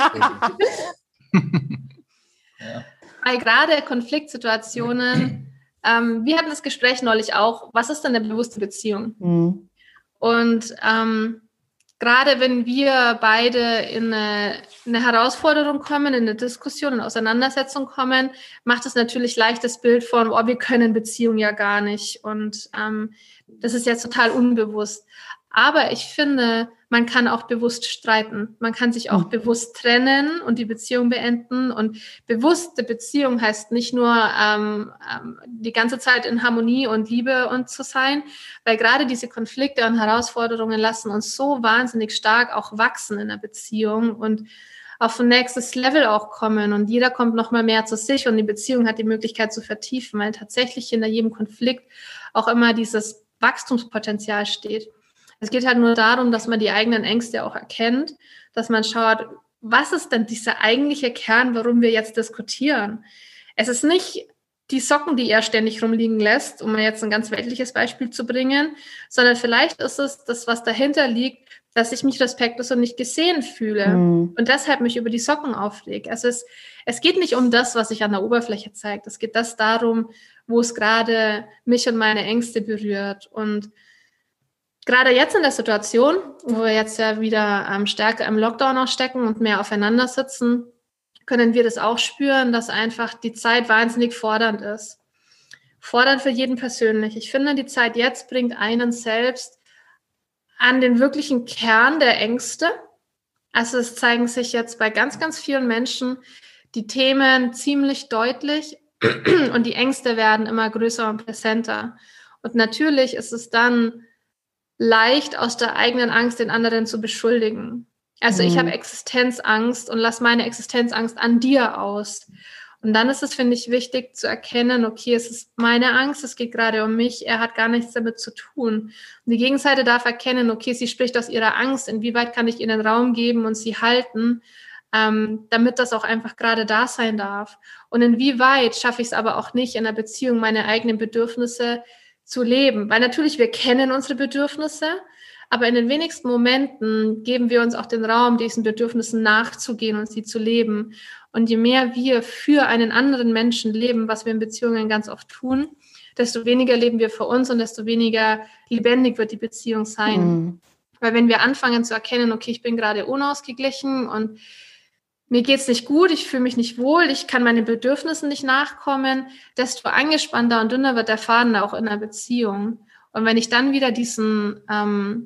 Ja. Weil gerade Konfliktsituationen, ähm, wir hatten das Gespräch neulich auch, was ist denn eine bewusste Beziehung? Mhm. Und ähm, gerade wenn wir beide in eine, eine Herausforderung kommen, in eine Diskussion, in eine Auseinandersetzung kommen, macht es natürlich leicht das Bild von, oh, wir können Beziehung ja gar nicht. Und ähm, das ist jetzt total unbewusst. Aber ich finde, man kann auch bewusst streiten. Man kann sich auch mhm. bewusst trennen und die Beziehung beenden. Und bewusste Beziehung heißt nicht nur ähm, ähm, die ganze Zeit in Harmonie und Liebe und zu sein, weil gerade diese Konflikte und Herausforderungen lassen uns so wahnsinnig stark auch wachsen in der Beziehung und auf ein nächstes Level auch kommen. Und jeder kommt noch mal mehr zu sich und die Beziehung hat die Möglichkeit zu vertiefen, weil tatsächlich hinter jedem Konflikt auch immer dieses Wachstumspotenzial steht. Es geht halt nur darum, dass man die eigenen Ängste auch erkennt, dass man schaut, was ist denn dieser eigentliche Kern, warum wir jetzt diskutieren? Es ist nicht die Socken, die er ständig rumliegen lässt, um mal jetzt ein ganz weltliches Beispiel zu bringen, sondern vielleicht ist es das, was dahinter liegt, dass ich mich respektlos und nicht gesehen fühle mhm. und deshalb mich über die Socken aufrege. Also es, es geht nicht um das, was sich an der Oberfläche zeigt. Es geht das darum, wo es gerade mich und meine Ängste berührt. Und gerade jetzt in der Situation, wo wir jetzt ja wieder ähm, stärker im Lockdown auch stecken und mehr aufeinander sitzen, können wir das auch spüren, dass einfach die Zeit wahnsinnig fordernd ist. fordernd für jeden persönlich. Ich finde, die Zeit jetzt bringt einen selbst an den wirklichen Kern der Ängste. Also es zeigen sich jetzt bei ganz, ganz vielen Menschen die Themen ziemlich deutlich und die Ängste werden immer größer und präsenter. Und natürlich ist es dann leicht, aus der eigenen Angst den anderen zu beschuldigen. Also mhm. ich habe Existenzangst und lass meine Existenzangst an dir aus. Und dann ist es, finde ich, wichtig zu erkennen, okay, es ist meine Angst, es geht gerade um mich, er hat gar nichts damit zu tun. Und die Gegenseite darf erkennen, okay, sie spricht aus ihrer Angst, inwieweit kann ich ihr den Raum geben und sie halten, ähm, damit das auch einfach gerade da sein darf. Und inwieweit schaffe ich es aber auch nicht, in einer Beziehung meine eigenen Bedürfnisse zu leben. Weil natürlich, wir kennen unsere Bedürfnisse, aber in den wenigsten Momenten geben wir uns auch den Raum, diesen Bedürfnissen nachzugehen und sie zu leben. Und je mehr wir für einen anderen Menschen leben, was wir in Beziehungen ganz oft tun, desto weniger leben wir für uns und desto weniger lebendig wird die Beziehung sein. Mhm. Weil wenn wir anfangen zu erkennen, okay, ich bin gerade unausgeglichen und mir geht's nicht gut, ich fühle mich nicht wohl, ich kann meinen Bedürfnissen nicht nachkommen, desto angespannter und dünner wird der Faden auch in einer Beziehung. Und wenn ich dann wieder diesen ähm,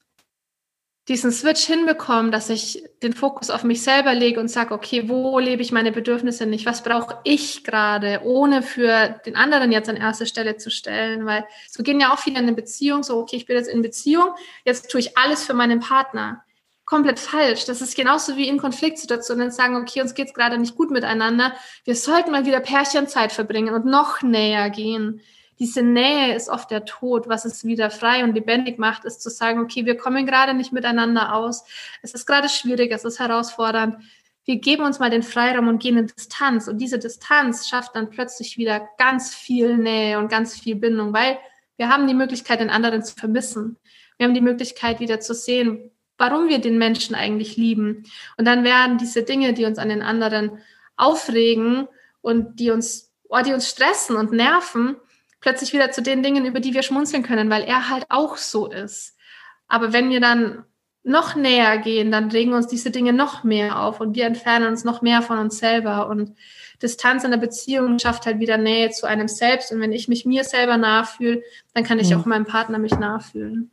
diesen Switch hinbekomme, dass ich den Fokus auf mich selber lege und sage, okay, wo lebe ich meine Bedürfnisse nicht? Was brauche ich gerade, ohne für den anderen jetzt an erste Stelle zu stellen? Weil so gehen ja auch viele in eine Beziehung, so, okay, ich bin jetzt in Beziehung, jetzt tue ich alles für meinen Partner. Komplett falsch. Das ist genauso wie in Konfliktsituationen sagen, okay, uns geht's gerade nicht gut miteinander. Wir sollten mal wieder Pärchenzeit verbringen und noch näher gehen. Diese Nähe ist oft der Tod. Was es wieder frei und lebendig macht, ist zu sagen, okay, wir kommen gerade nicht miteinander aus. Es ist gerade schwierig, es ist herausfordernd. Wir geben uns mal den Freiraum und gehen in Distanz. Und diese Distanz schafft dann plötzlich wieder ganz viel Nähe und ganz viel Bindung, weil wir haben die Möglichkeit, den anderen zu vermissen. Wir haben die Möglichkeit, wieder zu sehen, warum wir den Menschen eigentlich lieben. Und dann werden diese Dinge, die uns an den anderen aufregen und die uns, oh, die uns stressen und nerven, plötzlich wieder zu den Dingen, über die wir schmunzeln können, weil er halt auch so ist. Aber wenn wir dann noch näher gehen, dann regen uns diese Dinge noch mehr auf und wir entfernen uns noch mehr von uns selber. Und Distanz in der Beziehung schafft halt wieder Nähe zu einem selbst. Und wenn ich mich mir selber nachfühle, dann kann ich auch meinem Partner mich nachfühlen.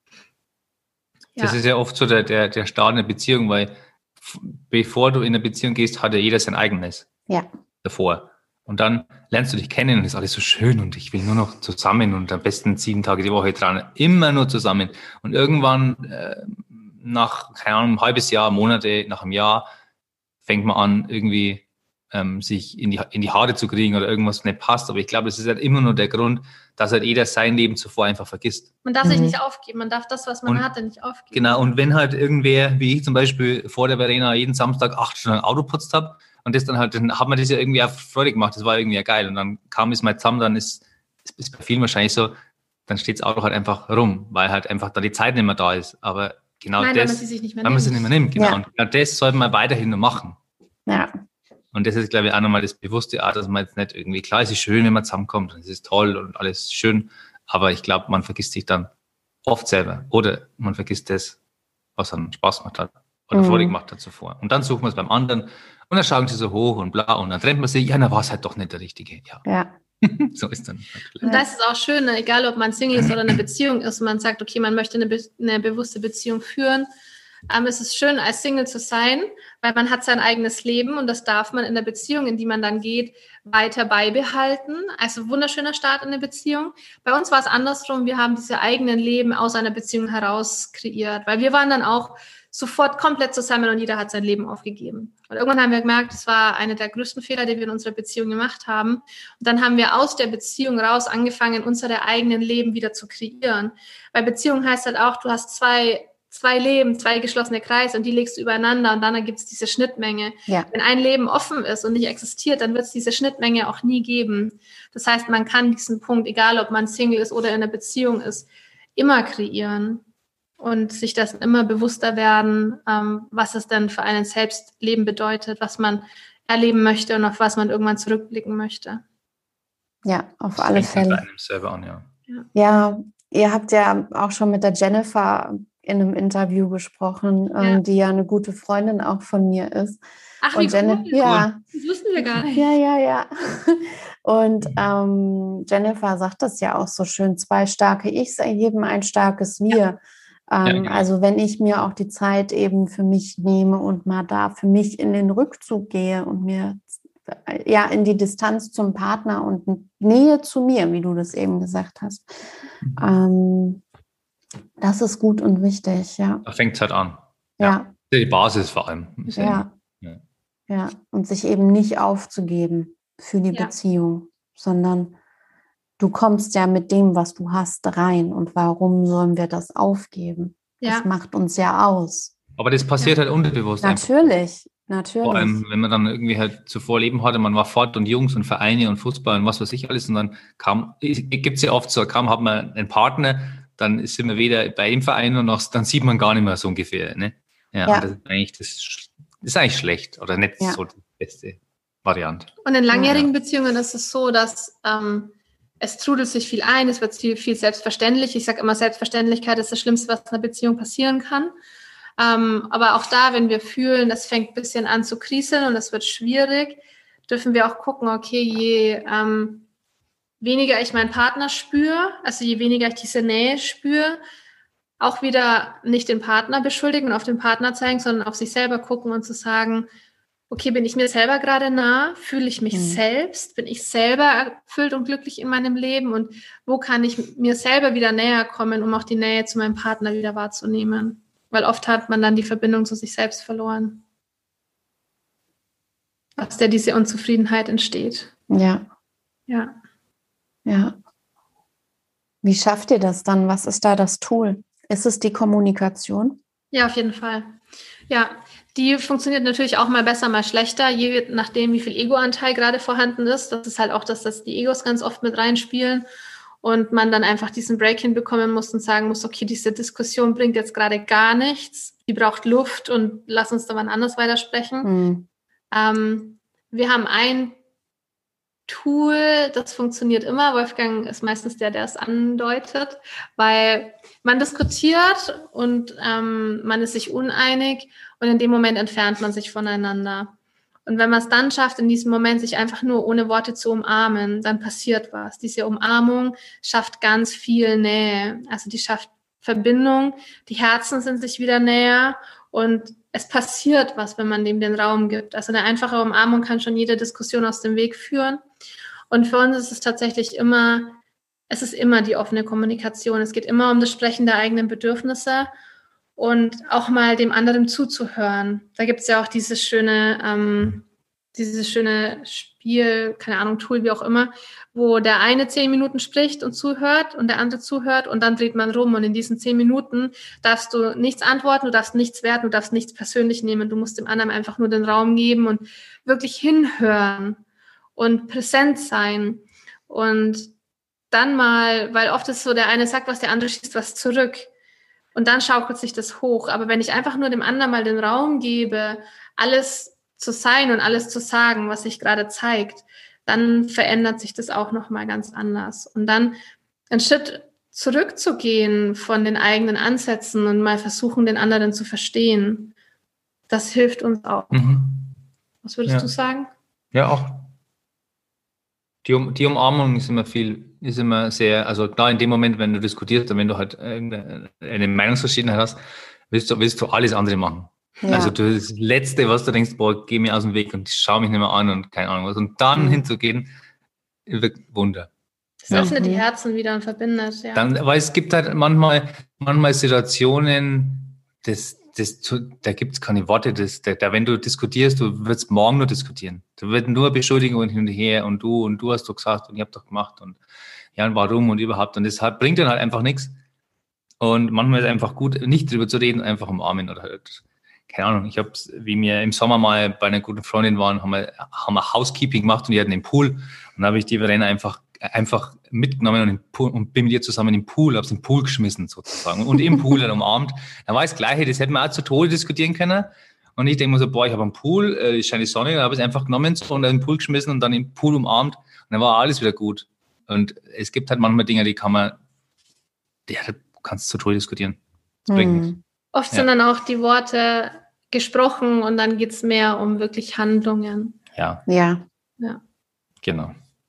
Ja. Das ist ja oft so der, der, der Start in der Beziehung, weil bevor du in eine Beziehung gehst, hat ja jeder sein eigenes. Ja. Davor. Und dann lernst du dich kennen und ist alles so schön und ich will nur noch zusammen und am besten sieben Tage die Woche dran, immer nur zusammen. Und irgendwann äh, nach, keine Ahnung, ein halbes Jahr, Monate, nach einem Jahr fängt man an, irgendwie ähm, sich in die, in die Haare zu kriegen oder irgendwas nicht passt. Aber ich glaube, es ist halt immer nur der Grund, dass halt jeder sein Leben zuvor einfach vergisst. Man darf mhm. sich nicht aufgeben, man darf das, was man und, hatte, nicht aufgeben. Genau, und wenn halt irgendwer, wie ich zum Beispiel vor der Verena jeden Samstag acht Stunden Auto putzt habe, und das dann halt, dann hat man das ja irgendwie auch Freude gemacht, das war irgendwie ja geil. Und dann kam es mal zusammen, dann ist es bei vielen wahrscheinlich so, dann steht das Auto halt einfach rum, weil halt einfach da die Zeit nicht mehr da ist. Aber genau Nein, das, wenn man sie sich nicht mehr wenn man sie nicht mehr nimmt, genau. Ja. Und genau das sollte man weiterhin nur machen. Ja. Und das ist, glaube ich, auch nochmal das bewusste Art, dass man jetzt nicht irgendwie, klar, es ist schön, wenn man zusammenkommt und es ist toll und alles schön, aber ich glaube, man vergisst sich dann oft selber oder man vergisst das, was dann Spaß gemacht hat oder mhm. Freude gemacht hat zuvor. Und dann sucht man es beim anderen und dann schauen sie so hoch und bla und dann trennt man sich, ja, dann war es halt doch nicht der Richtige. Ja. ja. So ist dann. Und das ist auch schön, ne? Egal ob man Single ist oder eine Beziehung ist und man sagt, okay, man möchte eine, be- eine bewusste Beziehung führen. Ähm, es ist schön, als Single zu sein, weil man hat sein eigenes Leben und das darf man in der Beziehung, in die man dann geht, weiter beibehalten. Also wunderschöner Start in der Beziehung. Bei uns war es andersrum. Wir haben diese eigenen Leben aus einer Beziehung heraus kreiert, weil wir waren dann auch sofort komplett zusammen und jeder hat sein Leben aufgegeben. Und irgendwann haben wir gemerkt, das war einer der größten Fehler, die wir in unserer Beziehung gemacht haben. Und dann haben wir aus der Beziehung raus angefangen, unsere eigenen Leben wieder zu kreieren. Weil Beziehung heißt halt auch, du hast zwei zwei Leben, zwei geschlossene Kreise und die legst du übereinander und dann gibt es diese Schnittmenge. Ja. Wenn ein Leben offen ist und nicht existiert, dann wird es diese Schnittmenge auch nie geben. Das heißt, man kann diesen Punkt, egal ob man Single ist oder in einer Beziehung ist, immer kreieren und sich das immer bewusster werden, ähm, was es denn für einen selbst Leben bedeutet, was man erleben möchte und auf was man irgendwann zurückblicken möchte. Ja, auf alle Fälle. Bei einem selber an, ja. Ja. Ja, ihr habt ja auch schon mit der Jennifer in einem Interview gesprochen, ja. Ähm, die ja eine gute Freundin auch von mir ist. Ach, wie und Jennifer, cool. Ja, das wussten wir gar nicht. Ja, ja, ja. Und ähm, Jennifer sagt das ja auch so schön, zwei starke Ichs ergeben ein starkes Wir. Ja. Ähm, ja, genau. Also wenn ich mir auch die Zeit eben für mich nehme und mal da für mich in den Rückzug gehe und mir ja in die Distanz zum Partner und Nähe zu mir, wie du das eben gesagt hast. Mhm. Ähm, das ist gut und wichtig, ja. Da fängt es halt an. Ja. ja. Die Basis vor allem. Ja. ja. Ja, und sich eben nicht aufzugeben für die ja. Beziehung, sondern du kommst ja mit dem, was du hast, rein. Und warum sollen wir das aufgeben? Ja. Das macht uns ja aus. Aber das passiert ja. halt unterbewusst. Natürlich. Einfach. Natürlich. Vor allem, wenn man dann irgendwie halt zuvor Leben hatte, man war fort und Jungs und Vereine und Fußball und was weiß ich alles und dann kam, gibt es ja oft so, kaum hat man einen Partner, dann sind wir wieder bei dem Verein und auch, dann sieht man gar nicht mehr so ungefähr. Ne? Ja, ja. Und das ist eigentlich, das ist eigentlich schlecht oder nicht ja. so die beste Variante. Und in langjährigen ja. Beziehungen ist es so, dass ähm, es trudelt sich viel ein, es wird viel, viel selbstverständlich. Ich sage immer, Selbstverständlichkeit ist das Schlimmste, was in einer Beziehung passieren kann. Ähm, aber auch da, wenn wir fühlen, das fängt ein bisschen an zu kriseln und es wird schwierig, dürfen wir auch gucken, okay, je ähm, weniger ich meinen Partner spüre, also je weniger ich diese Nähe spüre, auch wieder nicht den Partner beschuldigen und auf den Partner zeigen, sondern auf sich selber gucken und zu sagen, okay, bin ich mir selber gerade nah? Fühle ich mich mhm. selbst? Bin ich selber erfüllt und glücklich in meinem Leben? Und wo kann ich mir selber wieder näher kommen, um auch die Nähe zu meinem Partner wieder wahrzunehmen? Weil oft hat man dann die Verbindung zu sich selbst verloren. Aus der diese Unzufriedenheit entsteht. Ja. Ja. Ja. Wie schafft ihr das dann? Was ist da das Tool? Ist es die Kommunikation? Ja, auf jeden Fall. Ja, die funktioniert natürlich auch mal besser, mal schlechter, je nachdem, wie viel Ego-Anteil gerade vorhanden ist. Das ist halt auch das, dass die Egos ganz oft mit reinspielen und man dann einfach diesen Break hinbekommen muss und sagen muss, okay, diese Diskussion bringt jetzt gerade gar nichts, die braucht Luft und lass uns da wann anders weitersprechen. Mhm. Ähm, wir haben ein Tool, das funktioniert immer. Wolfgang ist meistens der, der es andeutet, weil man diskutiert und ähm, man ist sich uneinig und in dem Moment entfernt man sich voneinander. Und wenn man es dann schafft, in diesem Moment sich einfach nur ohne Worte zu umarmen, dann passiert was. Diese Umarmung schafft ganz viel Nähe. Also die schafft Verbindung, die Herzen sind sich wieder näher und es passiert was, wenn man dem den Raum gibt. Also eine einfache Umarmung kann schon jede Diskussion aus dem Weg führen. Und für uns ist es tatsächlich immer, es ist immer die offene Kommunikation. Es geht immer um das Sprechen der eigenen Bedürfnisse und auch mal dem anderen zuzuhören. Da gibt es ja auch dieses schöne, ähm, dieses schöne Spiel, keine Ahnung, Tool, wie auch immer, wo der eine zehn Minuten spricht und zuhört und der andere zuhört und dann dreht man rum. Und in diesen zehn Minuten darfst du nichts antworten, du darfst nichts werten, du darfst nichts persönlich nehmen. Du musst dem anderen einfach nur den Raum geben und wirklich hinhören und präsent sein. Und dann mal, weil oft ist so, der eine sagt was, der andere schießt was zurück. Und dann schaukelt sich das hoch. Aber wenn ich einfach nur dem anderen mal den Raum gebe, alles zu sein und alles zu sagen, was sich gerade zeigt, dann verändert sich das auch nochmal ganz anders. Und dann einen Schritt zurückzugehen von den eigenen Ansätzen und mal versuchen, den anderen zu verstehen, das hilft uns auch. Mhm. Was würdest ja. du sagen? Ja, auch. Die, um, die Umarmung ist immer viel, ist immer sehr, also klar in dem Moment, wenn du diskutierst und wenn du halt eine, eine Meinungsverschiedenheit hast, willst du, willst du alles andere machen. Ja. Also du, das Letzte, was du denkst, boah, geh mir aus dem Weg und schau mich nicht mehr an und keine Ahnung was. Und dann mhm. hinzugehen, wirkt Wunder. Das ja. öffnet die Herzen wieder und verbindet, ja. Dann, weil es gibt halt manchmal, manchmal Situationen, das, das, da gibt es keine Worte, das, da, da, wenn du diskutierst, du wirst morgen nur diskutieren. Da wird nur Beschuldigungen hin und her und du und du hast doch gesagt und ich habe doch gemacht und ja und warum und überhaupt und das hat, bringt dann halt einfach nichts. Und manchmal ist es einfach gut, nicht drüber zu reden, einfach umarmen oder halt, keine Ahnung, ich habe, wie wir im Sommer mal bei einer guten Freundin waren, haben wir, haben wir Housekeeping gemacht und die hatten den Pool und dann habe ich die Verena einfach einfach mitgenommen und, im Pool, und bin mit ihr zusammen im Pool, habe es im Pool geschmissen sozusagen und im Pool dann umarmt. Dann war das Gleiche, das hätten wir auch zu Tode diskutieren können und ich denke mir so, boah, ich habe einen Pool, äh, es scheint die Sonne, dann habe ich es einfach genommen so, und dann im Pool geschmissen und dann im Pool umarmt und dann war alles wieder gut. Und es gibt halt manchmal Dinge, die kann man, ja, du kannst zu Tode diskutieren. Das bringt hm. nichts. Oft ja. sind dann auch die Worte gesprochen und dann geht es mehr um wirklich Handlungen. Ja. Ja. Ja. Genau.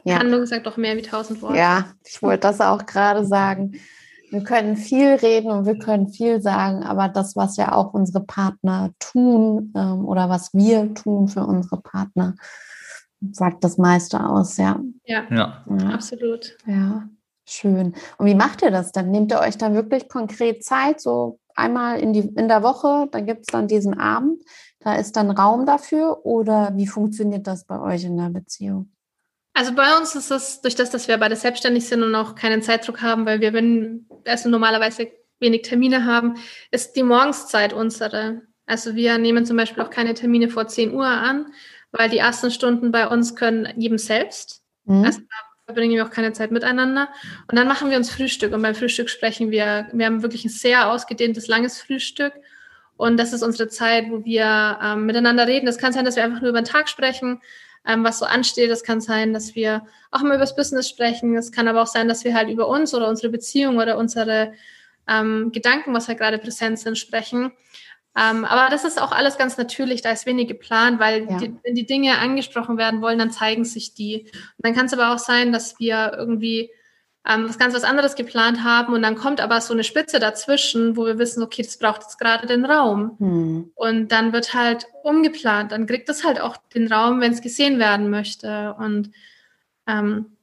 Ja. Handlung sagt doch mehr wie tausend Worte. Ja, ich wollte das auch gerade sagen. Wir können viel reden und wir können viel sagen, aber das, was ja auch unsere Partner tun ähm, oder was wir tun für unsere Partner, sagt das meiste aus, ja. Ja, ja. ja. Absolut. Ja, schön. Und wie macht ihr das dann? Nehmt ihr euch dann wirklich konkret Zeit, so einmal in, die, in der Woche, dann gibt es dann diesen Abend, da ist dann Raum dafür oder wie funktioniert das bei euch in der Beziehung? Also bei uns ist es, durch das, dass wir beide selbstständig sind und auch keinen Zeitdruck haben, weil wir wenn, also normalerweise wenig Termine haben, ist die Morgenszeit unsere. Also wir nehmen zum Beispiel auch keine Termine vor zehn Uhr an, weil die ersten Stunden bei uns können jedem selbst. Mhm. Also da verbringen wir auch keine Zeit miteinander. Und dann machen wir uns Frühstück und beim Frühstück sprechen wir, wir haben wirklich ein sehr ausgedehntes, langes Frühstück. Und das ist unsere Zeit, wo wir ähm, miteinander reden. Das kann sein, dass wir einfach nur über den Tag sprechen, ähm, was so ansteht. Das kann sein, dass wir auch mal über das Business sprechen. Es kann aber auch sein, dass wir halt über uns oder unsere Beziehung oder unsere ähm, Gedanken, was halt gerade präsent sind, sprechen. Ähm, aber das ist auch alles ganz natürlich. Da ist wenig geplant, weil ja. die, wenn die Dinge angesprochen werden wollen, dann zeigen sich die. Und dann kann es aber auch sein, dass wir irgendwie ähm, was ganz was anderes geplant haben und dann kommt aber so eine Spitze dazwischen, wo wir wissen, okay, das braucht jetzt gerade den Raum. Hm. Und dann wird halt umgeplant. Dann kriegt es halt auch den Raum, wenn es gesehen werden möchte. Und ähm,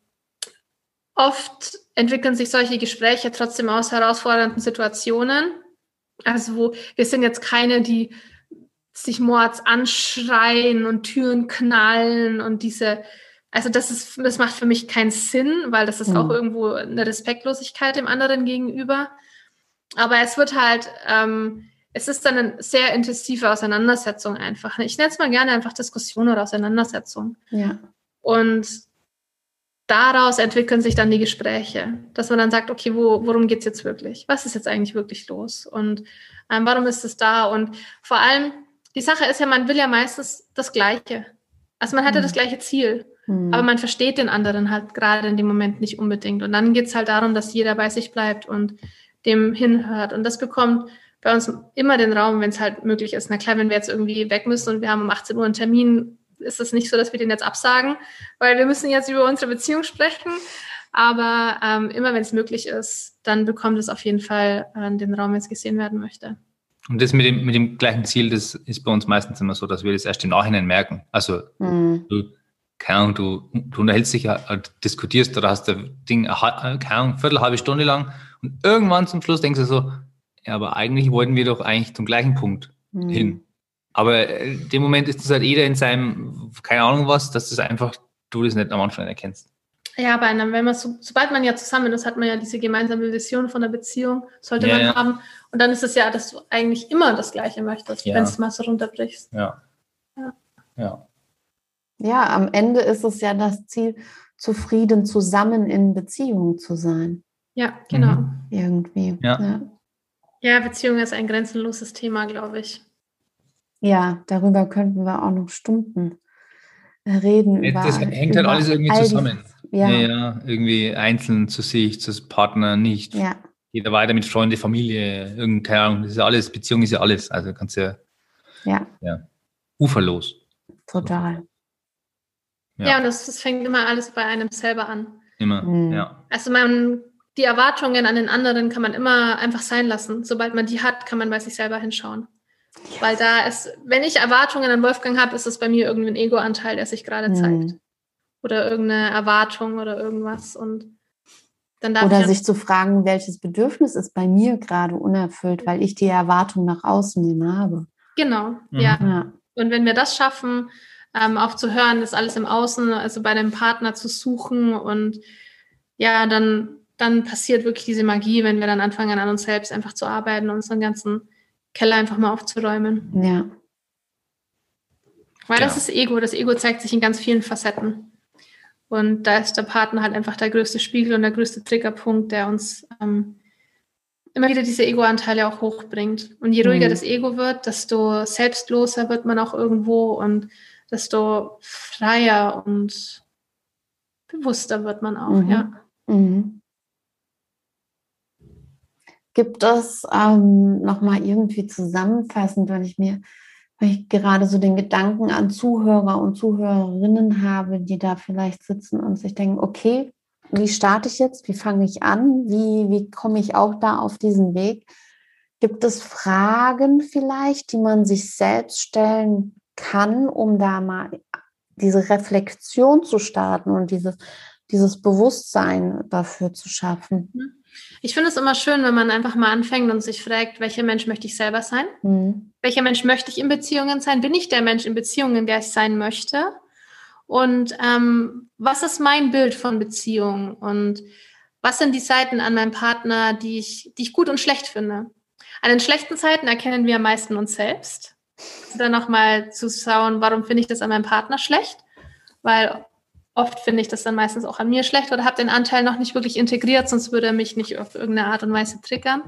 oft entwickeln sich solche Gespräche trotzdem aus herausfordernden Situationen. Also wo wir sind jetzt keine, die sich mords anschreien und Türen knallen und diese, also das ist, das macht für mich keinen Sinn, weil das ist mhm. auch irgendwo eine Respektlosigkeit dem anderen gegenüber. Aber es wird halt, ähm, es ist dann eine sehr intensive Auseinandersetzung einfach. Ich nenne es mal gerne einfach Diskussion oder Auseinandersetzung. Ja. Und daraus entwickeln sich dann die Gespräche, dass man dann sagt, okay, wo, worum geht es jetzt wirklich? Was ist jetzt eigentlich wirklich los? Und ähm, warum ist es da? Und vor allem, die Sache ist ja, man will ja meistens das Gleiche. Also man hat ja mhm. das gleiche Ziel, mhm. aber man versteht den anderen halt gerade in dem Moment nicht unbedingt. Und dann geht es halt darum, dass jeder bei sich bleibt und dem hinhört. Und das bekommt bei uns immer den Raum, wenn es halt möglich ist. Na klar, wenn wir jetzt irgendwie weg müssen und wir haben um achtzehn Uhr einen Termin, ist es nicht so, dass wir den jetzt absagen, weil wir müssen jetzt über unsere Beziehung sprechen. Aber ähm, immer, wenn es möglich ist, dann bekommt es auf jeden Fall äh, den Raum, wenn es gesehen werden möchte. Und das mit dem, mit dem gleichen Ziel, das ist bei uns meistens immer so, dass wir das erst im Nachhinein merken. Also mhm. du, keine Ahnung, du, du unterhältst dich, diskutierst oder hast das Ding, keine Ahnung, Viertel, halbe Stunde lang und irgendwann zum Schluss denkst du so, ja, aber eigentlich wollten wir doch eigentlich zum gleichen Punkt mhm. hin. Aber in dem Moment ist das halt jeder in seinem, keine Ahnung was, dass das einfach, du das nicht am Anfang erkennst. Ja, aber wenn man so, sobald man ja zusammen ist, hat man ja diese gemeinsame Vision von der Beziehung, sollte ja, man ja. haben. Und dann ist es ja, dass du eigentlich immer das Gleiche möchtest, ja. wenn es mal so runterbrichst. Ja. ja. Ja. Ja, am Ende ist es ja das Ziel, zufrieden zusammen in Beziehung zu sein. Ja, genau. Mhm. Irgendwie. Ja. Ja. ja, Beziehung ist ein grenzenloses Thema, glaube ich. Ja, darüber könnten wir auch noch Stunden reden. Über, das hängt halt alles irgendwie zusammen. Die, ja. Ja, ja, irgendwie einzeln zu sich, zu Partner nicht. Ja. Jeder weiter mit Freunde, Familie, irgendeine, keine Ahnung, das ist ja alles, Beziehung ist ja alles. Also kannst ja, ja. ja uferlos. Total. Ja, ja und das, das fängt immer alles bei einem selber an. Immer, mhm. ja. Also man, die Erwartungen an den anderen kann man immer einfach sein lassen. Sobald man die hat, kann man bei sich selber hinschauen. Ja. Weil da ist, wenn ich Erwartungen an Wolfgang habe, ist es bei mir irgendwie ein Ego-Anteil, der sich gerade mhm. zeigt. Oder irgendeine Erwartung oder irgendwas. Und dann darf oder ich sich zu fragen, welches Bedürfnis ist bei mir gerade unerfüllt, weil ich die Erwartung nach außen hin habe. Genau, mhm. ja. ja. Und wenn wir das schaffen, ähm, aufzuhören, das alles im Außen, also bei dem Partner zu suchen und ja, dann, dann passiert wirklich diese Magie, wenn wir dann anfangen, an uns selbst einfach zu arbeiten und unseren ganzen Keller einfach mal aufzuräumen. Ja. Weil genau. das ist Ego. Das Ego zeigt sich in ganz vielen Facetten. Und da ist der Partner halt einfach der größte Spiegel und der größte Triggerpunkt, der uns ähm, immer wieder diese Ego-Anteile auch hochbringt. Und je ruhiger mhm. das Ego wird, desto selbstloser wird man auch irgendwo und desto freier und bewusster wird man auch, mhm. ja. Mhm. Gibt es ähm, nochmal irgendwie zusammenfassend, wenn ich mir, weil ich gerade so den Gedanken an Zuhörer und Zuhörerinnen habe, die da vielleicht sitzen und sich denken, okay, wie starte ich jetzt? Wie fange ich an? Wie, wie komme ich auch da auf diesen Weg? Gibt es Fragen vielleicht, die man sich selbst stellen kann, um da mal diese Reflexion zu starten und dieses, dieses Bewusstsein dafür zu schaffen? Ich finde es immer schön, wenn man einfach mal anfängt und sich fragt, welcher Mensch möchte ich selber sein? Mhm. Welcher Mensch möchte ich in Beziehungen sein? Bin ich der Mensch in Beziehungen, der ich sein möchte? Und ähm, was ist mein Bild von Beziehung? Und was sind die Seiten an meinem Partner, die ich, die ich gut und schlecht finde? An den schlechten Seiten erkennen wir am meisten uns selbst. Dann nochmal zu schauen, warum finde ich das an meinem Partner schlecht? Weil oft finde ich das dann meistens auch an mir schlecht oder habe den Anteil noch nicht wirklich integriert, sonst würde er mich nicht auf irgendeine Art und Weise triggern.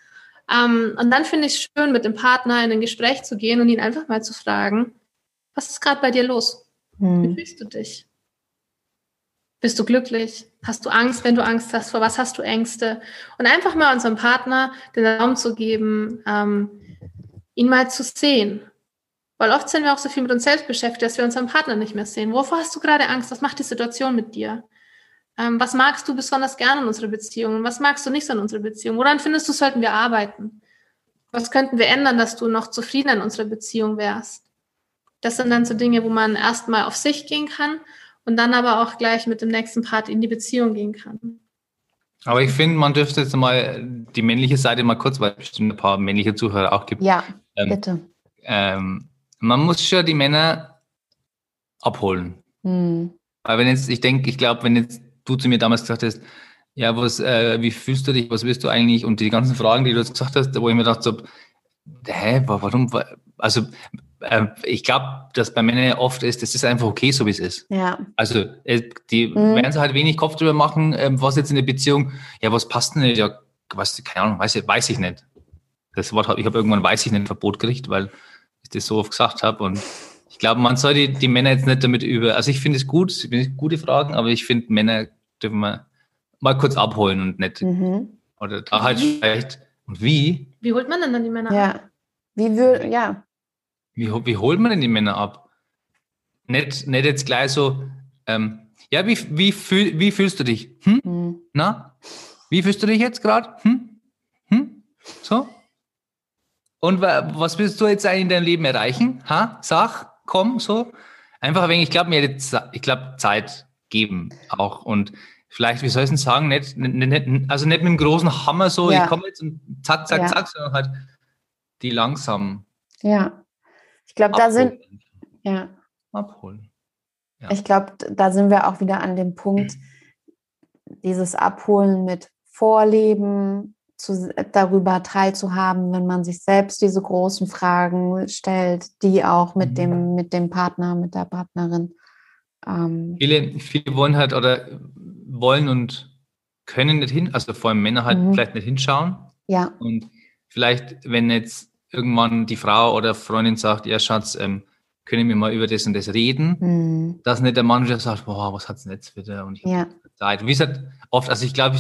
Um, und dann finde ich es schön, mit dem Partner in ein Gespräch zu gehen und ihn einfach mal zu fragen, was ist gerade bei dir los? Hm. Wie fühlst du dich? Bist du glücklich? Hast du Angst, wenn du Angst hast? Vor was hast du Ängste? Und einfach mal unserem Partner den Raum zu geben, um, ihn mal zu sehen. Weil oft sind wir auch so viel mit uns selbst beschäftigt, dass wir unseren Partner nicht mehr sehen. Wovor hast du gerade Angst? Was macht die Situation mit dir? Um, was magst du besonders gerne in unserer Beziehung? Und was magst du nicht so in unserer Beziehung? Woran findest du, sollten wir arbeiten? Was könnten wir ändern, dass du noch zufrieden in unserer Beziehung wärst? Das sind dann so Dinge, wo man erstmal auf sich gehen kann und dann aber auch gleich mit dem nächsten Part in die Beziehung gehen kann. Aber ich finde, man dürfte jetzt mal die männliche Seite mal kurz, weil es bestimmt ein paar männliche Zuhörer auch gibt. Ja, ähm, bitte. Ähm, man muss schon die Männer abholen. Hm. Weil wenn jetzt, ich denke, ich glaube, wenn jetzt du zu mir damals gesagt hast, ja, was, äh, wie fühlst du dich, was willst du eigentlich? Und die ganzen Fragen, die du jetzt gesagt hast, wo ich mir dachte, so, hä, warum? Also, äh, ich glaube, dass bei Männern oft ist, das ist einfach okay, so wie es ist. Ja. Also, äh, die mhm. werden sich halt wenig Kopf drüber machen, äh, was jetzt in der Beziehung, ja, was passt denn nicht? Ja, was, keine Ahnung, weiß ich, weiß ich nicht. Das Wort habe ich habe irgendwann, weiß ich nicht, Verbot gekriegt, weil ich das so oft gesagt habe. Und ich glaube, man soll die, die Männer jetzt nicht damit über, also ich finde es gut, ich finde gute Fragen, aber ich finde, Männer dürfen wir mal kurz abholen und nicht, mhm. oder da halt vielleicht, und wie? Wie holt man denn dann die Männer ja. ab? Wie will, ja. Wie, wie holt man denn die Männer ab? Nicht, nicht jetzt gleich so, ähm, ja, wie, wie, fühl, wie fühlst du dich? Hm? Mhm. Na? Wie fühlst du dich jetzt gerade? Hm? Hm? So? Und was willst du jetzt eigentlich in deinem Leben erreichen? Ha? Sag, komm, so. Einfach ein wenig, ich glaube, mir jetzt, ich glaube, Zeit geben auch. Und vielleicht, wie soll ich es denn sagen, nicht, nicht, also nicht mit dem großen Hammer so, ja. Ich komme jetzt und zack, zack, ja. zack, sondern halt die langsam. Ja. Ich glaube, da sind, ja. Abholen. Ja. Ich glaube, da sind wir auch wieder an dem Punkt, dieses Abholen mit Vorleben, zu, darüber teilzuhaben, wenn man sich selbst diese großen Fragen stellt, die auch mit mhm. dem, mit dem Partner, mit der Partnerin. Ähm, viele, viele wollen halt oder wollen und können nicht hin, also vor allem Männer halt mhm. vielleicht nicht hinschauen. Ja. Und vielleicht, wenn jetzt irgendwann die Frau oder Freundin sagt, ja Schatz, ähm, können wir mal über das und das reden, mhm. dass nicht der Mann wieder sagt, boah, was hat's denn jetzt wieder? Und ich habe ja. Zeit. Wie gesagt, oft, also ich glaube,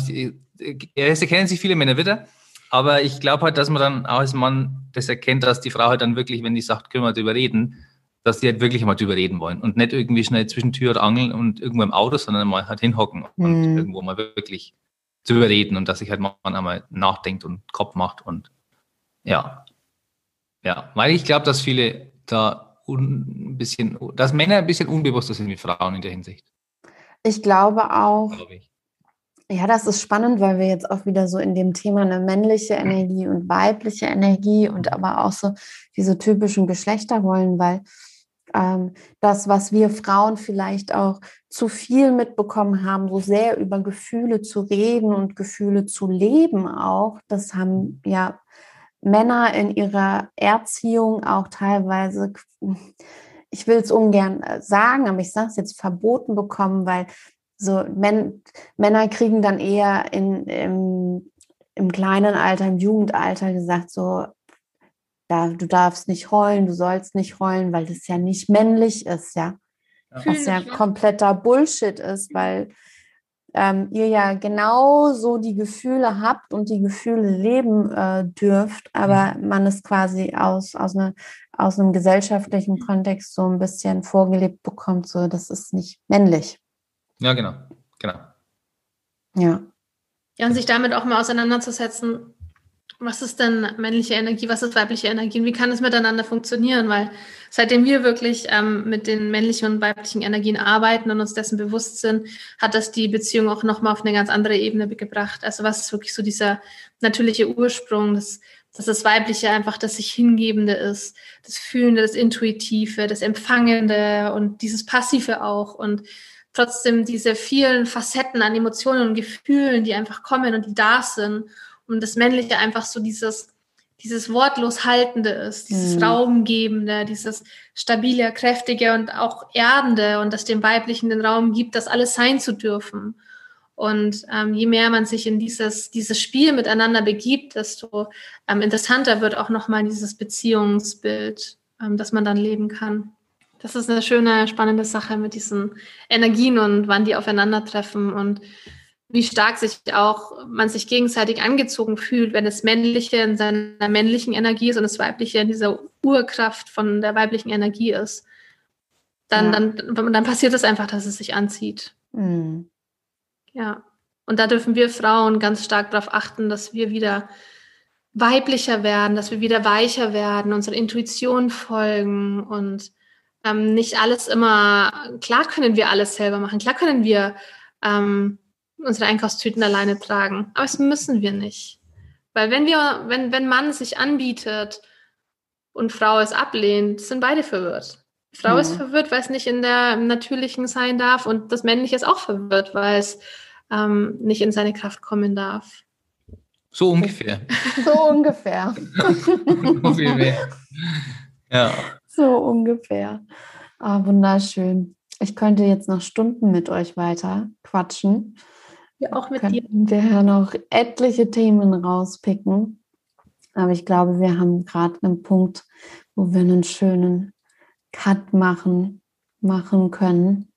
es erkennen sich viele Männer wieder, aber ich glaube halt, dass man dann auch als Mann das erkennt, dass die Frau halt dann wirklich, wenn die sagt, können wir drüber reden, dass die halt wirklich mal drüber reden wollen und nicht irgendwie schnell zwischen Tür und Angel und irgendwo im Auto, sondern mal halt hinhocken und mhm. irgendwo mal wirklich drüber reden und dass sich halt man einmal nachdenkt und Kopf macht und ja. Ja, weil ich glaube, dass viele da ein bisschen, dass Männer ein bisschen unbewusster sind wie Frauen in der Hinsicht. Ich glaube auch, glaube ich. Ja, das ist spannend, weil wir jetzt auch wieder so in dem Thema eine männliche Energie und weibliche Energie und aber auch so diese typischen Geschlechterrollen, weil ähm, das, was wir Frauen vielleicht auch zu viel mitbekommen haben, so sehr über Gefühle zu reden und Gefühle zu leben auch, das haben ja Männer in ihrer Erziehung auch teilweise, ich will es ungern sagen, aber ich sage es jetzt, verboten bekommen, weil so Män- Männer kriegen dann eher in, im, im kleinen Alter, im Jugendalter gesagt, so, da, du darfst nicht heulen, du sollst nicht heulen, weil das ja nicht männlich ist, ja. ja. Was ja kompletter Bullshit ist, weil ähm, ihr ja genauso die Gefühle habt und die Gefühle leben äh, dürft, aber mhm. man es quasi aus, aus, eine, aus einem gesellschaftlichen Kontext so ein bisschen vorgelebt bekommt, so das ist nicht männlich. Ja, genau, genau. Ja. Ja, und sich damit auch mal auseinanderzusetzen, was ist denn männliche Energie, was ist weibliche Energie und wie kann es miteinander funktionieren, weil seitdem wir wirklich ähm, mit den männlichen und weiblichen Energien arbeiten und uns dessen bewusst sind, hat das die Beziehung auch nochmal auf eine ganz andere Ebene gebracht. Also was ist wirklich so dieser natürliche Ursprung, dass, dass das Weibliche einfach das sich Hingebende ist, das Fühlende, das Intuitive, das Empfangende und dieses Passive auch und trotzdem diese vielen Facetten an Emotionen und Gefühlen, die einfach kommen und die da sind. Und das Männliche einfach so dieses, dieses wortlos Haltende ist, dieses mhm. Raumgebende, dieses stabile, kräftige und auch erdende und das dem Weiblichen den Raum gibt, das alles sein zu dürfen. Und ähm, je mehr man sich in dieses, dieses Spiel miteinander begibt, desto ähm, interessanter wird auch nochmal dieses Beziehungsbild, ähm, das man dann leben kann. Das ist eine schöne, spannende Sache mit diesen Energien und wann die aufeinandertreffen und wie stark sich auch man sich gegenseitig angezogen fühlt, wenn das Männliche in seiner männlichen Energie ist und das Weibliche in dieser Urkraft von der weiblichen Energie ist. Dann, ja. dann, dann passiert es einfach, dass es sich anzieht. Mhm. Ja. Und da dürfen wir Frauen ganz stark darauf achten, dass wir wieder weiblicher werden, dass wir wieder weicher werden, unserer Intuition folgen und ähm, nicht alles immer, klar können wir alles selber machen, klar können wir ähm, unsere Einkaufstüten alleine tragen. Aber das müssen wir nicht. Weil wenn wir, wenn, wenn Mann sich anbietet und Frau es ablehnt, sind beide verwirrt. Frau ja. ist verwirrt, weil es nicht in der im Natürlichen sein darf und das Männliche ist auch verwirrt, weil es ähm, nicht in seine Kraft kommen darf. So ungefähr. So ungefähr. So viel mehr. Ja. So ungefähr. Ah, wunderschön. Ich könnte jetzt noch Stunden mit euch weiter quatschen. Ja, auch mit Könnten dir. Wir ja noch etliche Themen rauspicken. Aber ich glaube, wir haben gerade einen Punkt, wo wir einen schönen Cut machen, machen können.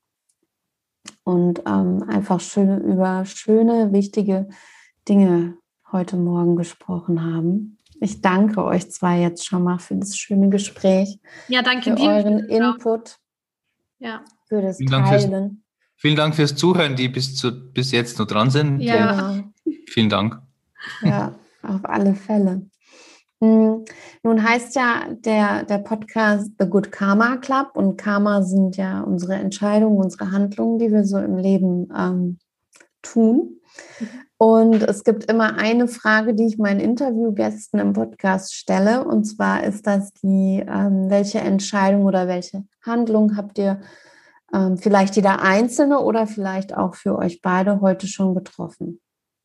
Und ähm, einfach schön über schöne, wichtige Dinge heute Morgen gesprochen haben. Ich danke euch zwei jetzt schon mal für das schöne Gespräch. Ja, danke für dir. euren Input. Ja. Für das vielen Teilen. Dank fürs, vielen Dank fürs Zuhören, die bis, zu, bis jetzt noch dran sind. Ja. Genau. Vielen Dank. Ja, auf alle Fälle. Nun heißt ja der, der Podcast The Good Karma Club und Karma sind ja unsere Entscheidungen, unsere Handlungen, die wir so im Leben ähm, tun. Und es gibt immer eine Frage, die ich meinen Interviewgästen im Podcast stelle. Und zwar ist das die, ähm, welche Entscheidung oder welche Handlung habt ihr ähm, vielleicht jeder Einzelne oder vielleicht auch für euch beide heute schon getroffen?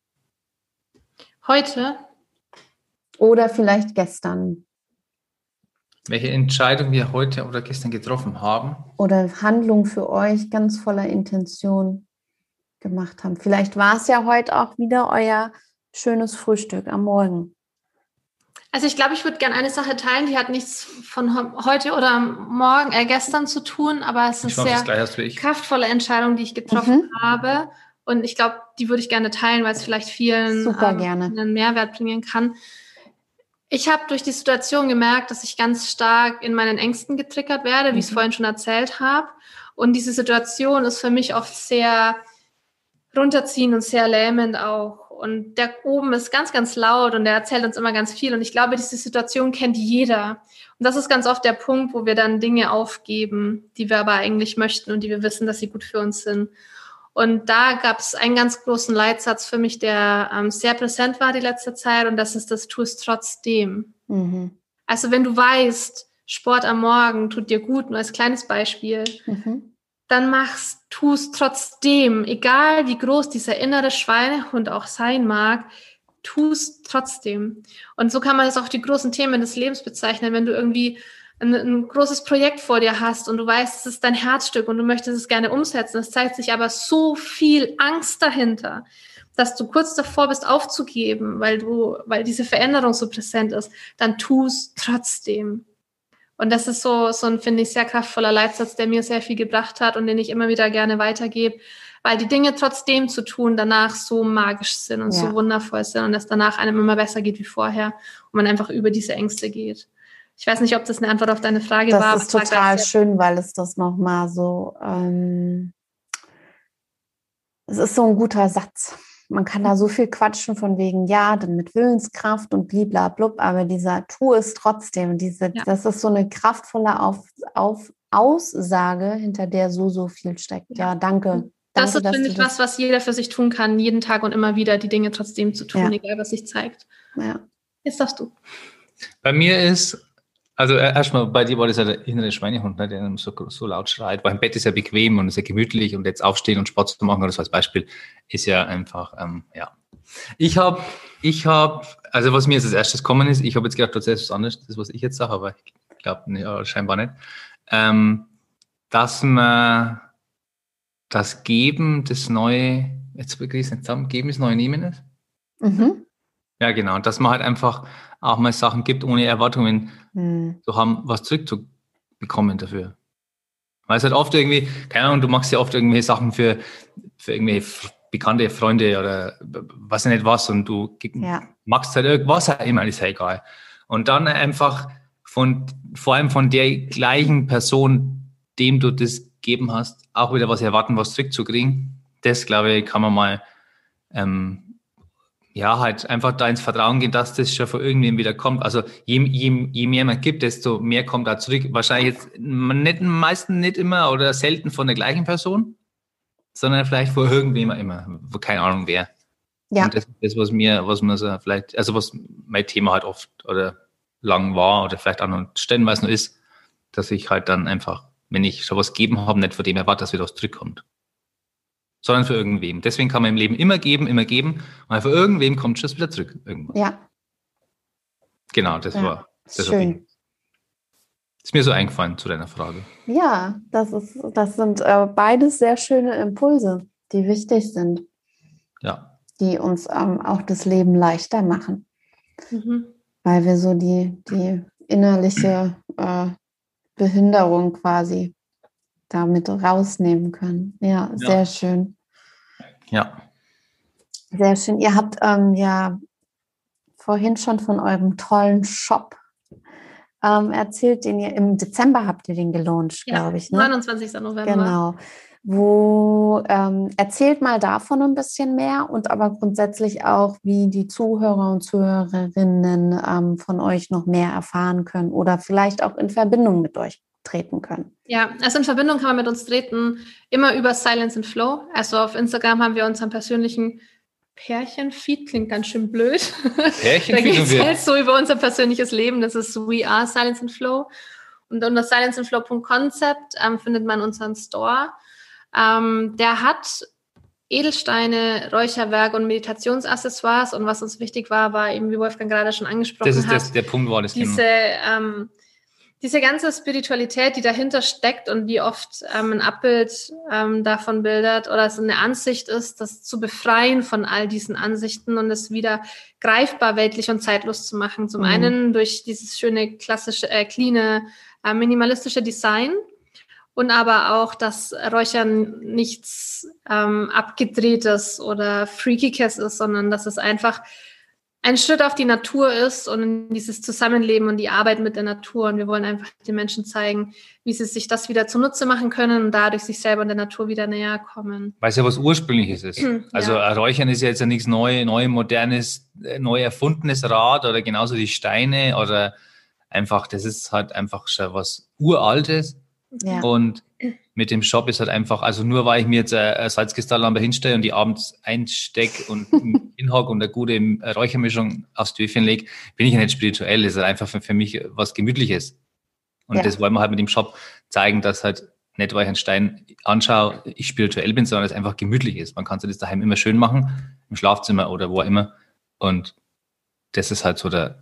Heute? Oder vielleicht gestern. Welche Entscheidung wir heute oder gestern getroffen haben? Oder Handlung für euch ganz voller Intention gemacht haben. Vielleicht war es ja heute auch wieder euer schönes Frühstück am Morgen. Also ich glaube, ich würde gerne eine Sache teilen, die hat nichts von heute oder morgen, äh, gestern zu tun, aber es ist eine sehr kraftvolle Entscheidung, die ich getroffen mhm. habe. Und ich glaube, die würde ich gerne teilen, weil es vielleicht vielen Super ähm, gerne. einen Mehrwert bringen kann. Ich habe durch die Situation gemerkt, dass ich ganz stark in meinen Ängsten getriggert werde, mhm. wie ich es vorhin schon erzählt habe. Und diese Situation ist für mich oft sehr runterziehend und sehr lähmend auch. Und der oben ist ganz, ganz laut und der erzählt uns immer ganz viel. Und ich glaube, diese Situation kennt jeder. Und das ist ganz oft der Punkt, wo wir dann Dinge aufgeben, die wir aber eigentlich möchten und die wir wissen, dass sie gut für uns sind. Und da gab es einen ganz großen Leitsatz für mich, der ähm, sehr präsent war die letzte Zeit. Und das ist das, tu es trotzdem. Mhm. Also wenn du weißt, Sport am Morgen tut dir gut, nur als kleines Beispiel, mhm. dann machst, tu es trotzdem. Egal wie groß dieser innere Schweinehund auch sein mag, tu es trotzdem. Und so kann man das auch die großen Themen des Lebens bezeichnen. Wenn du irgendwie ein, ein großes Projekt vor dir hast und du weißt, es ist dein Herzstück und du möchtest es gerne umsetzen, es zeigt sich aber so viel Angst dahinter, dass du kurz davor bist aufzugeben, weil du, weil diese Veränderung so präsent ist, dann tu es trotzdem. Und das ist so, so ein, finde ich, sehr kraftvoller Leitsatz, der mir sehr viel gebracht hat und den ich immer wieder gerne weitergebe, weil die Dinge trotzdem zu tun danach so magisch sind und ja. so wundervoll sind und es danach einem immer besser geht wie vorher und man einfach über diese Ängste geht. Ich weiß nicht, ob das eine Antwort auf deine Frage das war. Das ist total schön, weil es das nochmal so, ähm, es ist so ein guter Satz. Man kann da so viel quatschen von wegen, ja, dann mit Willenskraft und bliblablub, aber dieser Tu es trotzdem, diese, ja. das ist so eine kraftvolle auf, auf Aussage, hinter der so, so viel steckt. Ja, ja danke. Das danke, ist, finde ich, was, was jeder für sich tun kann, jeden Tag und immer wieder die Dinge trotzdem zu tun, ja. egal was sich zeigt. Ja. Jetzt darfst du. Bei mir ist, also erstmal, bei dir war das ja der innere Schweinehund, ne, der so, so laut schreit, weil im Bett ist ja bequem und ist ja gemütlich und jetzt aufstehen und Sport zu machen, das als Beispiel, ist ja einfach, ähm, ja. Ich habe, ich habe, also was mir jetzt als erstes kommen ist, ich habe jetzt gedacht, das ist was anderes, das was ich jetzt sage, aber ich glaube, ja, scheinbar nicht, ähm, dass man das Geben, das Neue, jetzt kriege ich es nicht zusammen, Geben ist Neue Nehmen ist? Mhm. Ja, genau, und dass man halt einfach auch mal Sachen gibt, ohne Erwartungen mhm. zu haben, was zurückzubekommen dafür. Weil es halt oft irgendwie, keine Ahnung, du machst ja oft irgendwelche Sachen für, für irgendwelche bekannte Freunde oder weiß ich nicht was und du ja. machst halt irgendwas, auch immer, ist ja egal. Und dann einfach von, vor allem von der gleichen Person, dem du das gegeben hast, auch wieder was erwarten, was zurückzukriegen, das, glaube ich, kann man mal ähm, ja, halt einfach da ins Vertrauen gehen, dass das schon von irgendwem wieder kommt. Also je, je, je mehr man gibt, desto mehr kommt da zurück. Wahrscheinlich jetzt nicht, meistens nicht immer oder selten von der gleichen Person, sondern vielleicht von irgendwem immer, keine Ahnung wer. Ja. Und das ist das, was mir, was man so vielleicht, also was mein Thema halt oft oder lang war oder vielleicht auch noch stellenweise noch ist, dass ich halt dann einfach, wenn ich schon was gegeben habe, nicht von dem erwarte, dass wieder was zurückkommt. Sondern für irgendwem. Deswegen kann man im Leben immer geben, immer geben. Und für irgendwem kommt es wieder zurück. Irgendwann. Ja. Genau, das ja, war das schön. Ist mir so eingefallen zu deiner Frage. Ja, das ist, das sind äh, beides sehr schöne Impulse, die wichtig sind. Ja. Die uns ähm, auch das Leben leichter machen. Mhm. Weil wir so die, die innerliche äh, Behinderung quasi damit rausnehmen können. Ja, ja, sehr schön. Ja. Sehr schön. Ihr habt ähm, ja vorhin schon von eurem tollen Shop ähm, erzählt, den ihr im Dezember habt ihr den gelauncht, ja, glaube ich. Ne? neunundzwanzigsten November. Genau. Wo ähm, erzählt mal davon ein bisschen mehr und aber grundsätzlich auch, wie die Zuhörer und Zuhörerinnen ähm, von euch noch mehr erfahren können oder vielleicht auch in Verbindung mit euch treten können. Ja, also in Verbindung kann man mit uns treten, immer über Silence and Flow. Also auf Instagram haben wir unseren persönlichen Pärchenfeed, klingt ganz schön blöd. Pärchenfeed? Da geht es halt so über unser persönliches Leben. Das ist We Are Silence and Flow. Und unter silence and flow punkt concept ähm, findet man unseren Store. Ähm, der hat Edelsteine, Räucherwerk und Meditationsaccessoires. Und was uns wichtig war, war eben, wie Wolfgang gerade schon angesprochen hat. Das ist das, der Punkt, war das diese ähm, Diese ganze Spiritualität, die dahinter steckt und die oft ähm, ein Abbild ähm, davon bildet oder es eine Ansicht ist, das zu befreien von all diesen Ansichten und es wieder greifbar, weltlich und zeitlos zu machen. Zum mhm. einen durch dieses schöne, klassische, äh, cleane, äh, minimalistische Design und aber auch, dass Räuchern nichts ähm, Abgedrehtes oder Freakikes ist, sondern dass es einfach ein Schritt auf die Natur ist und in dieses Zusammenleben und die Arbeit mit der Natur. Und wir wollen einfach den Menschen zeigen, wie sie sich das wieder zunutze machen können und dadurch sich selber und der Natur wieder näher kommen. Weil es ja was Ursprüngliches ist. Ja. Also Räuchern ist ja jetzt ja nichts neu, neu, modernes, neu erfundenes Rad oder genauso die Steine oder einfach, das ist halt einfach schon was Uraltes. Ja. Und mit dem Shop ist halt einfach, also nur weil ich mir jetzt eine Salzkristalllampe hinstelle und die abends einstecke und hinhocke und eine gute Räuchermischung aufs Töpfchen lege, bin ich ja nicht spirituell. Das ist halt einfach für, für mich was Gemütliches. Und ja. das wollen wir halt mit dem Shop zeigen, dass halt nicht, weil ich einen Stein anschaue, ich spirituell bin, sondern es einfach gemütlich ist. Man kann sich das daheim immer schön machen, im Schlafzimmer oder wo auch immer. Und das ist halt so der,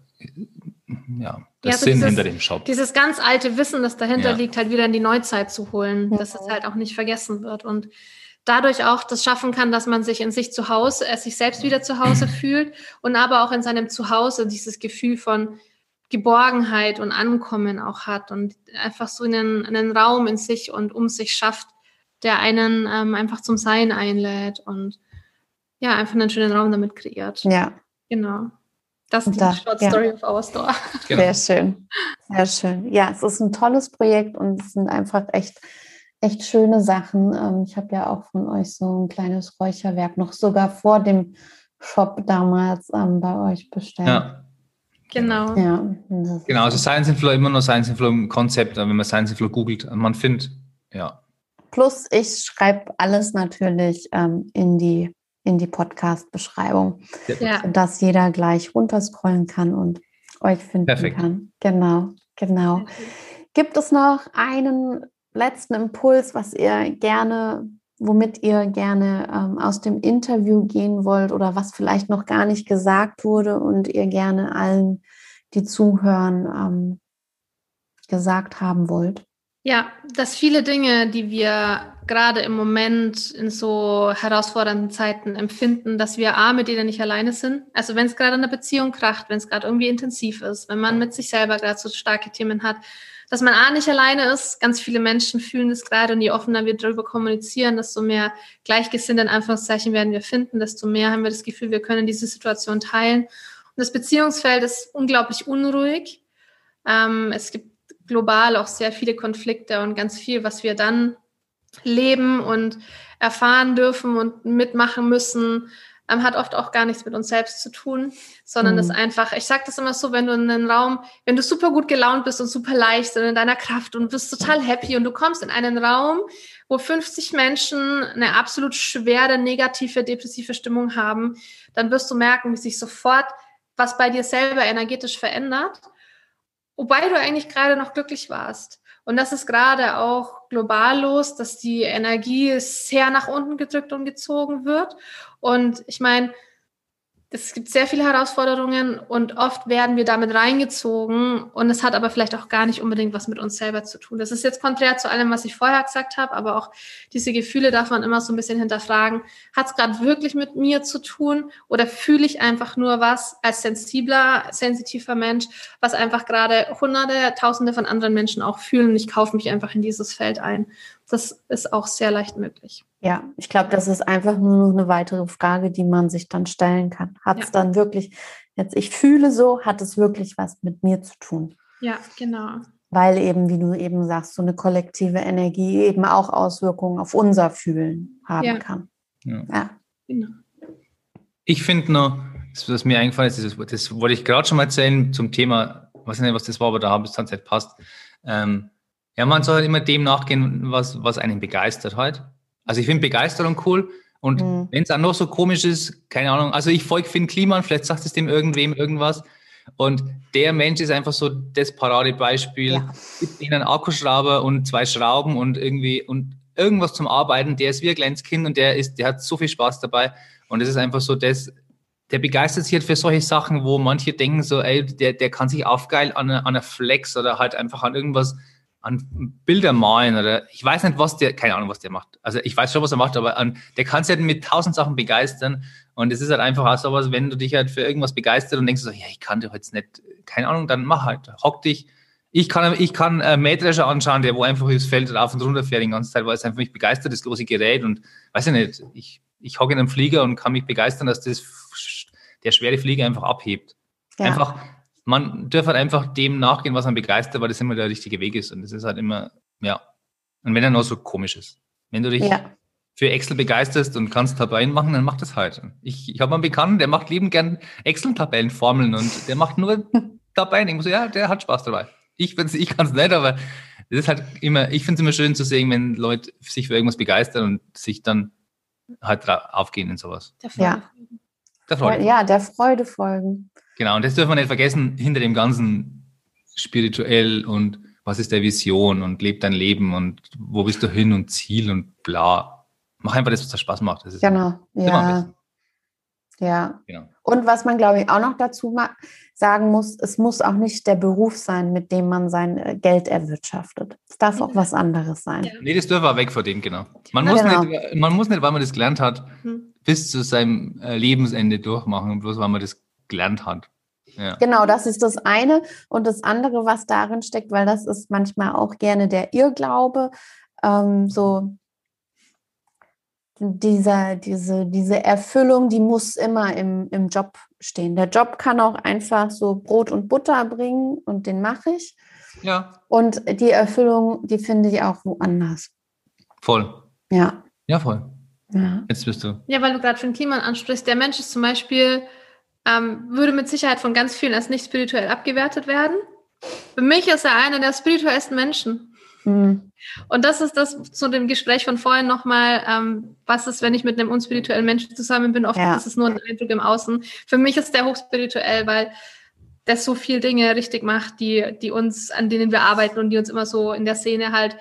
ja, der ja, also Sinn dieses, hinter dem Shop. Dieses ganz alte Wissen, das dahinter ja. liegt, halt wieder in die Neuzeit zu holen, ja. dass es halt auch nicht vergessen wird und dadurch auch das schaffen kann, dass man sich in sich zu Hause, äh, sich selbst wieder zu Hause fühlt und aber auch in seinem Zuhause dieses Gefühl von Geborgenheit und Ankommen auch hat und einfach so einen, einen Raum in sich und um sich schafft, der einen ähm, einfach zum Sein einlädt und ja, einfach einen schönen Raum damit kreiert. Ja. Genau. Das ist da, die Short ja. Story of our Store. Genau. Sehr schön. Sehr schön. Ja, es ist ein tolles Projekt und es sind einfach echt, echt schöne Sachen. Ich habe ja auch von euch so ein kleines Räucherwerk noch sogar vor dem Shop damals ähm, bei euch bestellt. Ja. Genau. Ja, genau, also Science and Flow immer noch Science and Flow im Konzept, wenn man Science and Flow googelt, man findet, ja. Plus ich schreibe alles natürlich ähm, in die in die Podcast-Beschreibung, ja. sodass jeder gleich runterscrollen kann und euch finden Perfekt. kann. Genau, genau. Gibt es noch einen letzten Impuls, was ihr gerne, womit ihr gerne ähm, aus dem Interview gehen wollt oder was vielleicht noch gar nicht gesagt wurde und ihr gerne allen, die zuhören, ähm, gesagt haben wollt? Ja, dass viele Dinge, die wir gerade im Moment in so herausfordernden Zeiten empfinden, dass wir A, mit denen nicht alleine sind. Also wenn es gerade in der Beziehung kracht, wenn es gerade irgendwie intensiv ist, wenn man mit sich selber gerade so starke Themen hat, dass man A, nicht alleine ist. Ganz viele Menschen fühlen es gerade und je offener wir darüber kommunizieren, desto mehr Gleichgesinnte in Anführungszeichen werden wir finden, desto mehr haben wir das Gefühl, wir können diese Situation teilen. Und das Beziehungsfeld ist unglaublich unruhig. Ähm, es gibt global auch sehr viele Konflikte und ganz viel, was wir dann leben und erfahren dürfen und mitmachen müssen, ähm, hat oft auch gar nichts mit uns selbst zu tun, sondern mhm. das einfach, ich sage das immer so, wenn du in einen Raum, wenn du super gut gelaunt bist und super leicht und in deiner Kraft und bist total happy und du kommst in einen Raum, wo fünfzig Menschen eine absolut schwere, negative, depressive Stimmung haben, dann wirst du merken, wie sich sofort was bei dir selber energetisch verändert, wobei du eigentlich gerade noch glücklich warst. Und das ist gerade auch global los, dass die Energie sehr nach unten gedrückt und gezogen wird. Und ich meine, es gibt sehr viele Herausforderungen und oft werden wir damit reingezogen und es hat aber vielleicht auch gar nicht unbedingt was mit uns selber zu tun. Das ist jetzt konträr zu allem, was ich vorher gesagt habe, aber auch diese Gefühle darf man immer so ein bisschen hinterfragen. Hat es gerade wirklich mit mir zu tun oder fühle ich einfach nur was als sensibler, sensitiver Mensch, was einfach gerade hunderte, tausende von anderen Menschen auch fühlen und ich kaufe mich einfach in dieses Feld ein. Das ist auch sehr leicht möglich. Ja, ich glaube, das ist einfach nur noch eine weitere Frage, die man sich dann stellen kann. Hat es ja. dann wirklich, jetzt ich fühle so, hat es wirklich was mit mir zu tun? Ja, genau. Weil eben, wie du eben sagst, so eine kollektive Energie eben auch Auswirkungen auf unser Fühlen haben ja. kann. Ja. ja. Genau. Ich finde noch, was mir eingefallen ist, das, das wollte ich gerade schon mal erzählen zum Thema, ich weiß nicht, was das war, aber da habe ich es dann passt. Ähm, ja, man soll halt immer dem nachgehen, was, was einen begeistert halt. Also ich finde Begeisterung cool und mhm. wenn es auch noch so komisch ist, keine Ahnung, also ich folge Finn Kliman, vielleicht sagt es dem irgendwem irgendwas und der Mensch ist einfach so das Paradebeispiel, ja. gibt ihnen einen Akkuschrauber und zwei Schrauben und irgendwie und irgendwas zum Arbeiten, der ist wie ein kleines Kind und der ist, der hat so viel Spaß dabei und es ist einfach so das, der begeistert sich halt für solche Sachen, wo manche denken so, ey, der, der kann sich aufgeilen an einer, an einer Flex oder halt einfach an irgendwas an Bilder malen oder ich weiß nicht, was der, keine Ahnung, was der macht. Also ich weiß schon, was er macht, aber an, der kann sich halt mit tausend Sachen begeistern und es ist halt einfach auch sowas, wenn du dich halt für irgendwas begeistert und denkst so, ja, ich kann doch jetzt nicht, keine Ahnung, dann mach halt, hock dich. Ich kann, ich kann äh, Mähdrescher anschauen, der wo einfach das Feld rauf und runter fährt die ganze Zeit, weil es einfach mich begeistert, das große Gerät und weiß ich nicht, ich, ich hocke in einem Flieger und kann mich begeistern, dass das der schwere Flieger einfach abhebt. Ja. Einfach man darf halt einfach dem nachgehen, was man begeistert, weil das immer der richtige Weg ist. Und das ist halt immer, ja. Und wenn er noch so komisch ist. Wenn du dich ja. für Excel begeisterst und kannst Tabellen machen, dann mach das halt. Ich, ich habe einen Bekannten, der macht liebend gern Excel-Tabellen, Formeln und der macht nur Tabellen. Ich muss so, ja, der hat Spaß dabei. Ich, ich kann es nicht, aber das ist halt immer, ich finde es immer schön zu sehen, wenn Leute sich für irgendwas begeistern und sich dann halt aufgehen in sowas. Der Freude. Ja. Der Freude. Ja, der Freude folgen. Genau, und das dürfen wir nicht vergessen, hinter dem ganzen spirituell und was ist der Vision und leb dein Leben und wo bist du hin und Ziel und bla. Mach einfach das, was dir Spaß macht. Das ist genau, ja. Ja. Genau. Und was man, glaube ich, auch noch dazu sagen muss, es muss auch nicht der Beruf sein, mit dem man sein Geld erwirtschaftet. Es darf auch was anderes sein. Ja. Nee, das dürfen wir weg von dem, genau. Man muss, genau. Nicht, man muss nicht, weil man das gelernt hat, hm. bis zu seinem Lebensende durchmachen, bloß weil man das gelernt hat. Ja. Genau, das ist das eine. Und das andere, was darin steckt, weil das ist manchmal auch gerne der Irrglaube, ähm, so, dieser, diese, diese Erfüllung, die muss immer im, im Job stehen. Der Job kann auch einfach so Brot und Butter bringen und den mache ich. Ja. Und die Erfüllung, die finde ich auch woanders. Voll. Ja. Ja, voll. Ja. Jetzt bist du. Ja, weil du gerade von Klima ansprichst. Der Mensch ist zum Beispiel, ähm, würde mit Sicherheit von ganz vielen als nicht spirituell abgewertet werden. Für mich ist er einer der spirituellsten Menschen. Mhm. Und das ist das zu dem Gespräch von vorhin nochmal, ähm, was ist, wenn ich mit einem unspirituellen Menschen zusammen bin? Oft ja. ist es nur ein Eindruck im Außen. Für mich ist der hochspirituell, weil der so viele Dinge richtig macht, die, die uns, an denen wir arbeiten und die uns immer so in der Szene halt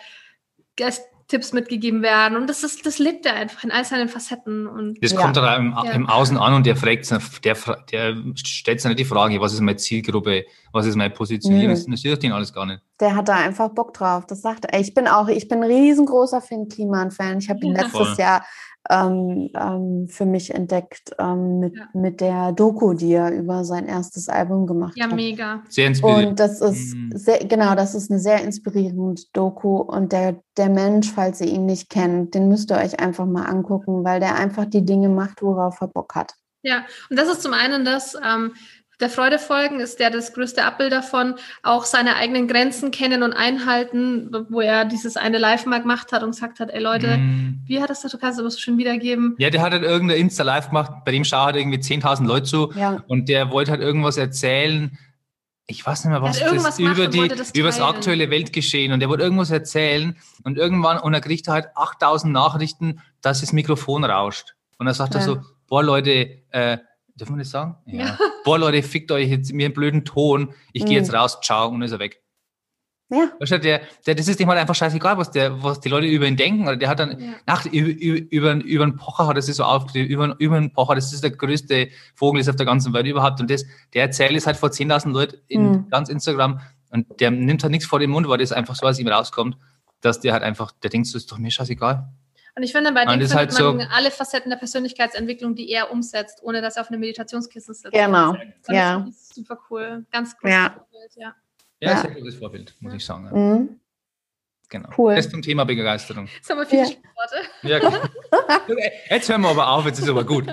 als Tipps mitgegeben werden. Und das ist, das lebt er einfach in all seinen Facetten. Und das ja. kommt dann im, ja. im Außen an und der fragt, der, der stellt sich nicht die Frage, was ist meine Zielgruppe, was ist meine Positionierung, das interessiert ihn alles gar nicht. Der hat da einfach Bock drauf, das sagt er. Ich bin auch, ich bin ein riesengroßer Finn Kliman-Fan. Ich habe ihn Ja. letztes Voll. Jahr ähm, ähm, für mich entdeckt ähm, mit, Ja. mit der Doku, die er über sein erstes Album gemacht ja, hat. mega. Sehr inspirierend. Und das ist Mhm. sehr, genau, das ist eine sehr inspirierende Doku. Und der, der Mensch, falls ihr ihn nicht kennt, den müsst ihr euch einfach mal angucken, weil der einfach die Dinge macht, worauf er Bock hat. Ja, und das ist zum einen das, ähm, der Freude folgen ist der das größte Abbild davon, auch seine eigenen Grenzen kennen und einhalten, wo er dieses eine Live mal gemacht hat und gesagt hat, ey Leute, Mhm. wie hat das, du kannst es aber so schön wiedergeben. Ja, der hat halt irgendein Insta-Live gemacht, bei dem schauen halt irgendwie zehntausend Leute zu Ja. und der wollte halt irgendwas erzählen. Ich weiß nicht mehr, was Er hat irgendwas das gemacht über, und die, wollte das über das teilen. aktuelle Weltgeschehen und der wollte irgendwas erzählen und irgendwann, und er kriegt halt achttausend Nachrichten, dass das Mikrofon rauscht. Und er sagt Ja. er so, boah Leute, äh, dürfen wir das sagen? Ja. Ja. Boah Leute, fickt euch jetzt mir einen blöden Ton, ich gehe Mhm. jetzt raus, ciao, und dann ist er weg. Ja. Weißt du, der, der, das ist dem halt einfach scheißegal, was, der, was die Leute über ihn denken. Oder der hat dann, Ja. ach, über, über, über einen Pocher hat er sich so aufgeschrieben, über, über einen Pocher, das ist der größte Vogel ist auf der ganzen Welt überhaupt. Und das, der erzählt es halt vor zehntausend Leuten in Mhm. ganz Instagram und der nimmt halt nichts vor den Mund, weil das einfach so aus ihm rauskommt, dass der halt einfach, der denkt, so ist doch mir scheißegal. Und ich finde, bei dem Und das findet ist halt man alle Facetten der Persönlichkeitsentwicklung, die er umsetzt, ohne dass er auf einem Meditationskissen sitzt. Genau. Und Ja. das ist super cool. Ganz großes Ja. Vorbild, ja. Ja, Ja. sehr gutes Vorbild, muss ich sagen. Ja. Mhm. Genau. Cool. Das zum Thema Begeisterung. Jetzt haben wir viele Ja. Stichworte. Ja, okay. Jetzt hören wir aber auf, jetzt ist aber gut.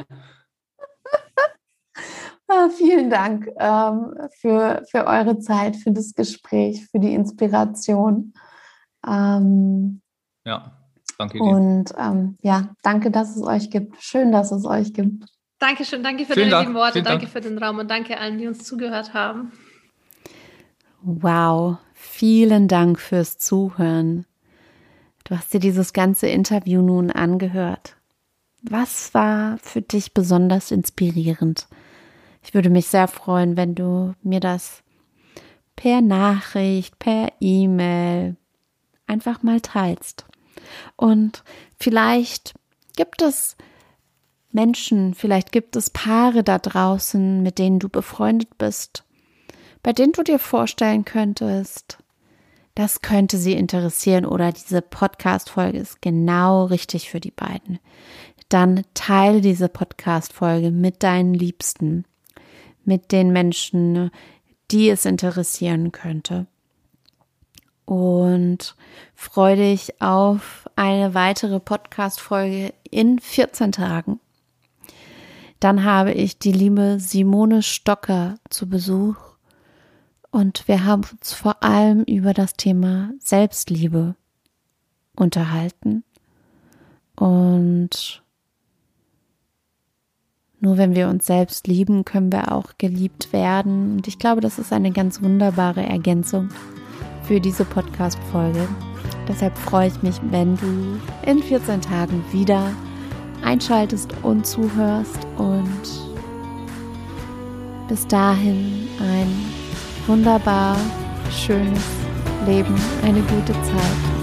Ah, vielen Dank ähm, für, für eure Zeit, für das Gespräch, für die Inspiration. Ähm, Ja, danke dir. und ähm, ja, danke, dass es euch gibt. Schön, dass es euch gibt. Dankeschön, danke für Vielen deine Dank, lieben Worte, vielen danke Dank. für den Raum und danke allen, die uns zugehört haben. Wow, vielen Dank fürs Zuhören. Du hast dir dieses ganze Interview nun angehört. Was war für dich besonders inspirierend? Ich würde mich sehr freuen, wenn du mir das per Nachricht, per E-Mail einfach mal teilst. Und vielleicht gibt es Menschen, vielleicht gibt es Paare da draußen, mit denen du befreundet bist, bei denen du dir vorstellen könntest, das könnte sie interessieren oder diese Podcast-Folge ist genau richtig für die beiden. Dann teile diese Podcast-Folge mit deinen Liebsten, mit den Menschen, die es interessieren könnte. Und freue dich auf eine weitere Podcast-Folge in vierzehn Tagen. Dann habe ich die liebe Simone Stocker zu Besuch und wir haben uns vor allem über das Thema Selbstliebe unterhalten. Und nur wenn wir uns selbst lieben, können wir auch geliebt werden. Und ich glaube, das ist eine ganz wunderbare Ergänzung für diese Podcast-Folge. Deshalb freue ich mich, wenn du in vierzehn Tagen wieder einschaltest und zuhörst. Und bis dahin ein wunderbar schönes Leben, eine gute Zeit.